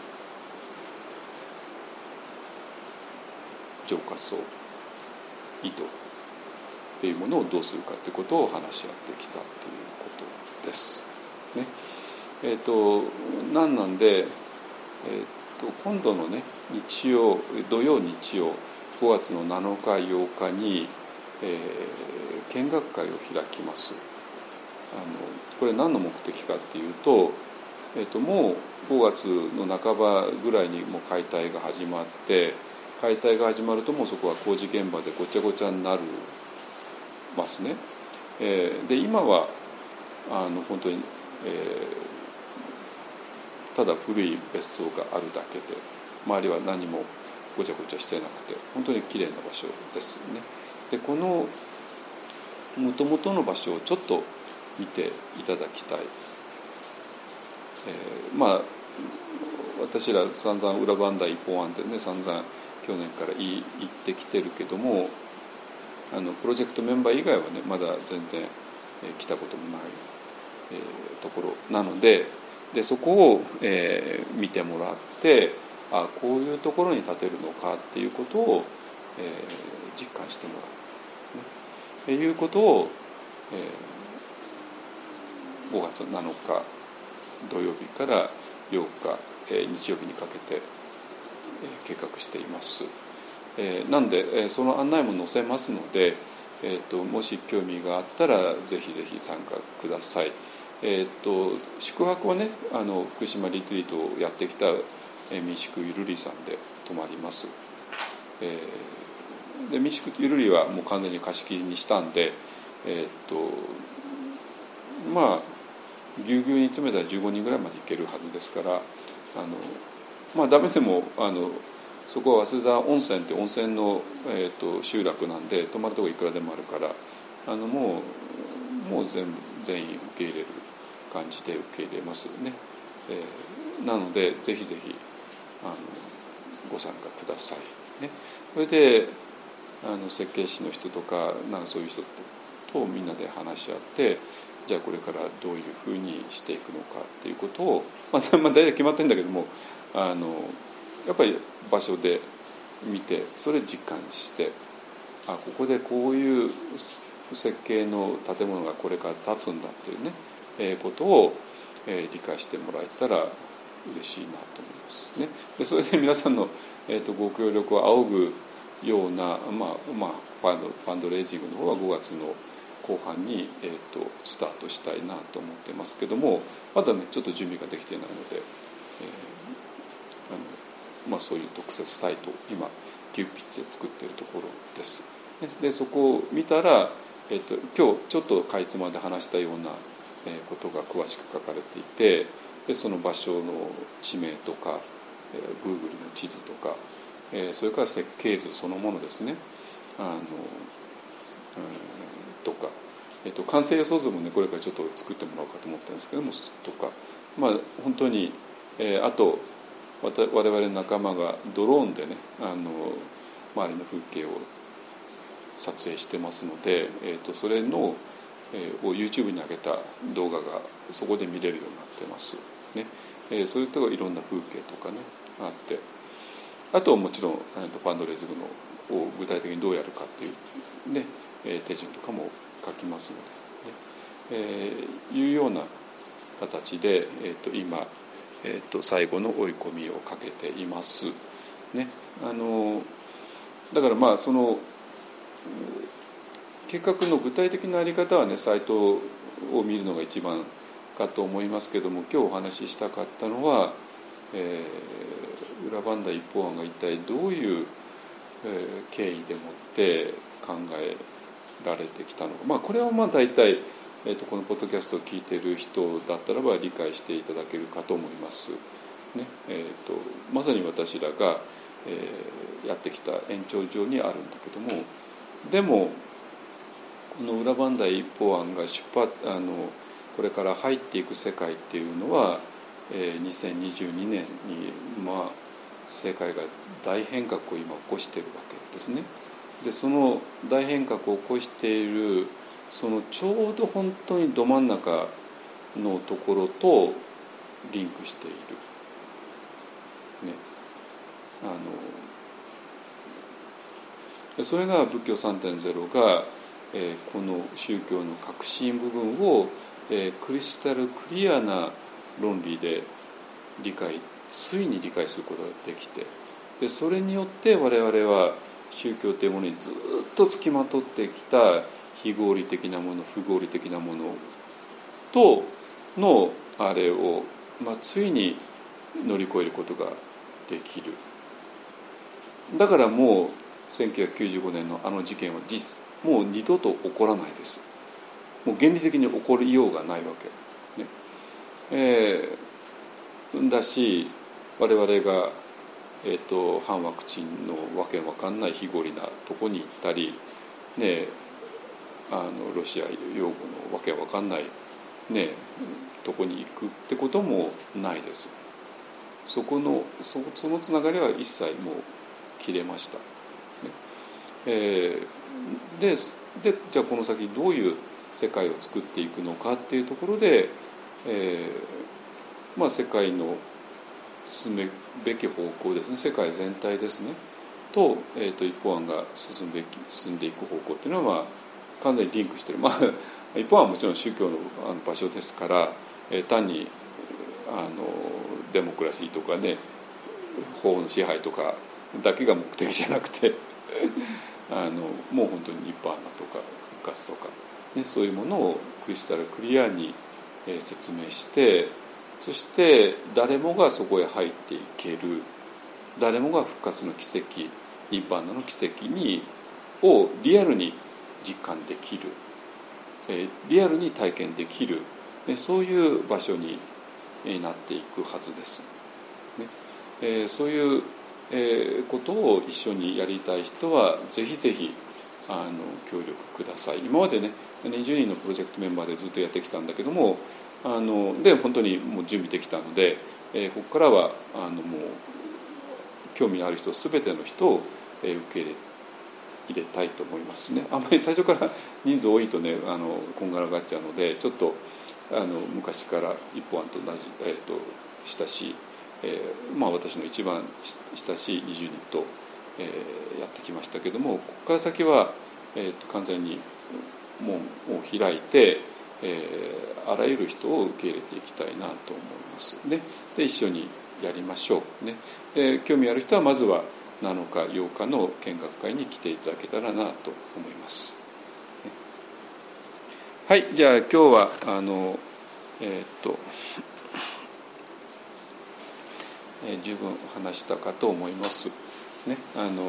浄化層井戸っていうものをどうするかということを話し合ってきたということです。ねえー、となんなんで、えー、と今度のね日曜土曜日曜ごがつのなのかようかに、えー、見学会を開きます。あのこれ何の目的かっていうと、えー、ともうごがつの半ばぐらいにもう解体が始まって解体が始まるともうそこは工事現場でごちゃごちゃになるますね。えー、で今はあの本当に、えー、ただ古い別荘があるだけで周りは何もごちゃごちゃしてなくて本当にきれいな場所ですよね。 でこのもともとの場所をちょっと見ていただきたい。えー、まあ私ら散々裏磐梯一本案ってね散々去年から言ってきてるけども、あのプロジェクトメンバー以外はねまだ全然、えー、来たこともない、えー、ところなので、でそこを、えー、見てもらって、あこういうところに建てるのかっていうことを、えー、実感してもらう、ね、っていうことを、えー、ごがつなのか土曜日からようか、えー、日曜日にかけて、えー、計画しています。えー、なんで、えー、その案内も載せますので、えー、ともし興味があったらぜひぜひ参加ください。えー、と宿泊はねあの福島リトリートをやってきた、えー、民宿ゆるりさんで泊まります。えー、で民宿ゆるりはもう完全に貸し切りにしたんで、えー、とまあぎゅうぎゅうに詰めたらじゅうごにんぐらいまで行けるはずですから、あのまあダメでもあのそこは早稲田温泉って温泉の、えー、と集落なんで泊まるとこいくらでもあるから、あのもうもう全部全員受け入れる感じで受け入れますね。えー、なのでぜひぜひあのご参加くださいね。それであの設計士の人とかなんかそういう人とみんなで話し合って、じゃあこれからどういうふうにしていくのかっていうことを、まあ、まあ大体決まってるんだけども、あのやっぱり場所で見てそれ実感して、あここでこういう設計の建物がこれから建つんだっていうね、えー、ことを、えー、理解してもらえたら嬉しいなと思いますね。でそれで皆さんの、えー、とご協力を仰ぐような、まあまあ、ファンド、ファンドレイジングの方はごがつの後半に、えー、とスタートしたいなと思ってますけども、まだねちょっと準備ができていないので、えーあのまあ、そういう特設サイトを今急ピッチで作っているところです。でそこを見たら、えー、と今日ちょっとかいつまで話したようなことが詳しく書かれていて、でその場所の地名とか、えー、Google の地図とか、えー、それから設計図そのものですね、あの、うん、とか、えー、と完成予想図もねこれからちょっと作ってもらおうかと思ったんですけどもとか、まあ本当に、えー、あと我々の仲間がドローンでねあの周りの風景を撮影してますので、えー、とそれの、えー、を YouTube に上げた動画がそこで見れるようになってますね。えー、それといろんな風景とかねあって、あとはもちろんファンドレイズのを具体的にどうやるかっていうね、えー、手順とかも書きますので、ねえー、いうような形で、えー、と今えー、と最後の追い込みをかけています、ね、あのだからまあその計画の具体的なあり方はねサイトを見るのが一番かと思いますけども、今日お話ししたかったのは、えー、裏磐梯一方案が一体どういう、えー、経緯でもって考えられてきたのか、まあ、これはまあ大体えー、とこのポッドキャストを聞いている人だったらば理解していただけるかと思います、ねえー、とまさに私らが、えー、やってきた延長上にあるんだけども、でもこの裏磐梯一方案が出発あのこれから入っていく世界っていうのは、えー、にせんにじゅうにねんに、まあ、世界が大変革を今起こしているわけですね。でその大変革を起こしているそのちょうど本当にど真ん中のところとリンクしている、ね、あのそれが仏教 さんてんゼロ が、えー、この宗教の核心部分を、えー、クリスタルクリアな論理で理解ついに理解することができて、でそれによって我々は宗教というものにずっとつきまとってきた非合理的なもの不合理的なものとのあれを、まあ、ついに乗り越えることができる。だからもうせんきゅうひゃくきゅうじゅうごねんのあの事件は実もう二度と起こらないです。もう原理的に起こりようがないわけ、ねえー、だし我々が、えーと、反ワクチンのわけわかんない非合理なとこに行ったり、 ね、あのロシア用語のわけわかんない、ね、とこに行くってこともないです。そこの そ, そのつながりは一切もう切れました、ねえー、で, でじゃあこの先どういう世界を作っていくのかっていうところで、えーまあ、世界の進むべき方向ですね、世界全体ですねと、えー、と一方案が進むべき進んでいく方向っていうのは、まあ、完全にリンクしてる、まあ、一方案はもちろん宗教の場所ですから、えー、単にあのデモクラシーとかね、法の支配とかだけが目的じゃなくてあのもう本当にニッパーナとか復活とか、ね、そういうものをクリスタルクリアに説明して、そして誰もがそこへ入っていける、誰もが復活の奇跡、ニッパーナの奇跡にをリアルに実感できる、リアルに体験できる、そういう場所になっていくはずです、ねえー、そういう、えー、ことを一緒にやりたい人はぜひぜひあの協力ください。今までねにじゅうにんのプロジェクトメンバーでずっとやってきたんだけども、あので本当にもう準備できたので、えー、ここからはあのもう興味ある人全ての人を、えー、受け入れ入れたいと思いますね。あんまり最初から人数多いとねあのこんがらがっちゃうので、ちょっとあの昔から一方案と同じ、えー、と親しい、えーまあ、私の一番親しいにじゅうにんと、えー、やってきましたけども、ここから先は、えー、と完全に門を開いて、えー、あらゆる人を受け入れていきたいなと思いますね。で一緒にやりましょうね。で興味ある人はまずはなのかようかの見学会に来ていただけたらなと思います。はい、じゃあ今日はあの、えー、っと、えー、十分話したかと思います。ね、あの、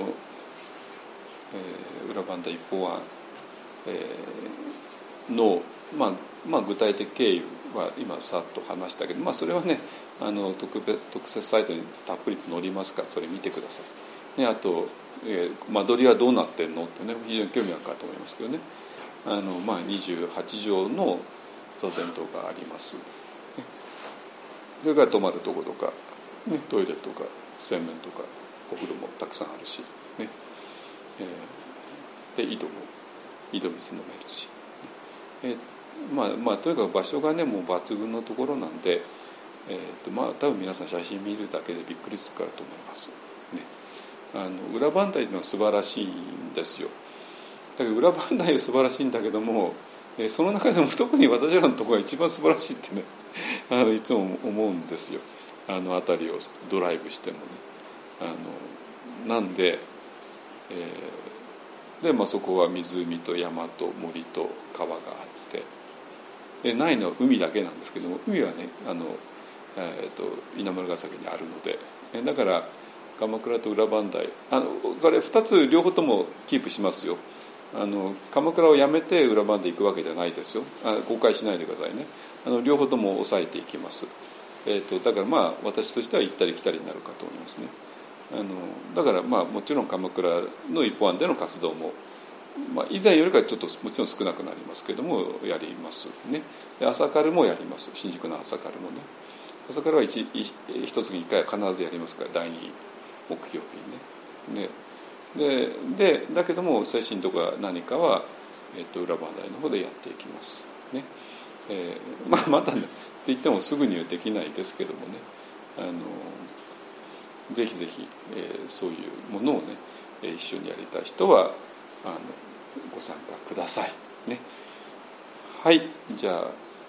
えー、裏バンダ一方案、えー、の、まあまあ、具体的経緯は今さっと話したけど、まあ、それはねあの 特別、特設サイトにたっぷりと載りますからそれ見てください。ね、あと、えー、間取りはどうなってんのってね非常に興味あるかと思いますけどね。あのまあ、にじゅうはちじょうの座禅棟があります。それから泊まるところとか、ね、トイレとか洗面とかお風呂もたくさんあるし、ねえー、で井戸も井戸水飲めるし、えーまあまあ、とにかく場所がねもう抜群のところなんで、えーとまあ、多分皆さん写真見るだけでびっくりするかと思います、ね、あの裏磐梯のは素晴らしいんですよ。だけど裏磐梯は素晴らしいんだけども、えー、その中でも特に私らのところが一番素晴らしいってねあのいつも思うんですよ。あの辺りをドライブしてもね。あのなんで、えーでまあ、そこは湖と山と森と川があってでないのは海だけなんですけども、海はねあの、えー、と稲村ヶ崎にあるので、だから鎌倉と裏磐梯あのこれふたつ両方ともキープしますよ。あの鎌倉をやめて裏磐梯行くわけじゃないですよ。あ誤解しないでくださいね。あの両方とも抑えていきます。えー、とだからまあ私としては行ったり来たりになるかと思いますね。あのだからまあもちろん鎌倉の一方案での活動も、まあ、以前よりかはちょっともちろん少なくなりますけれどもやりますね。で朝カルもやります。新宿の朝カルもね。朝カルは一一月にいっかいは必ずやりますからだいに木曜日にね。でででだけども精神とか何かは、えー、と裏磐梯の方でやっていきますね。えー、まあまたねって言ってもすぐにはできないですけどもね、あのぜひぜひ、えー、そういうものをね、えー、一緒にやりたい人はあのご参加くださいね。はい、じゃあ、えー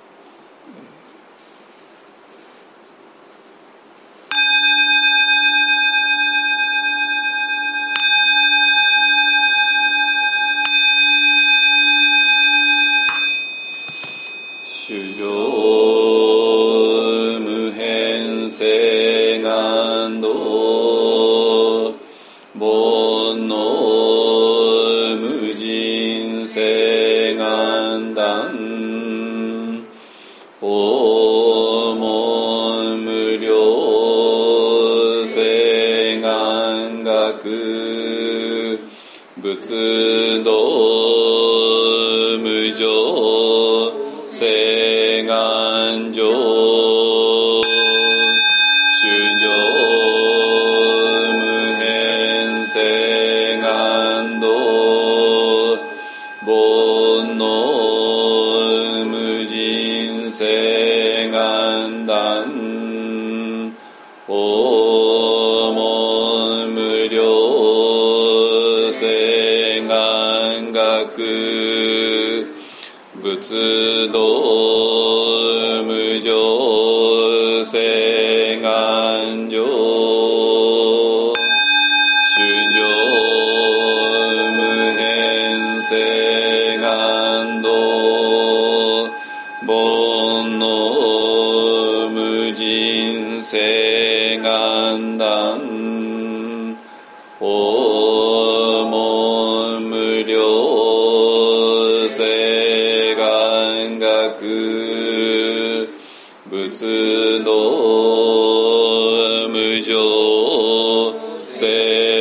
主上無変性願道煩悩無尽性願断訪問無量性願学仏道学仏道無常誓願上衆生無変誓願道煩悩無尽誓願断訪問無量誓願学仏道無常誓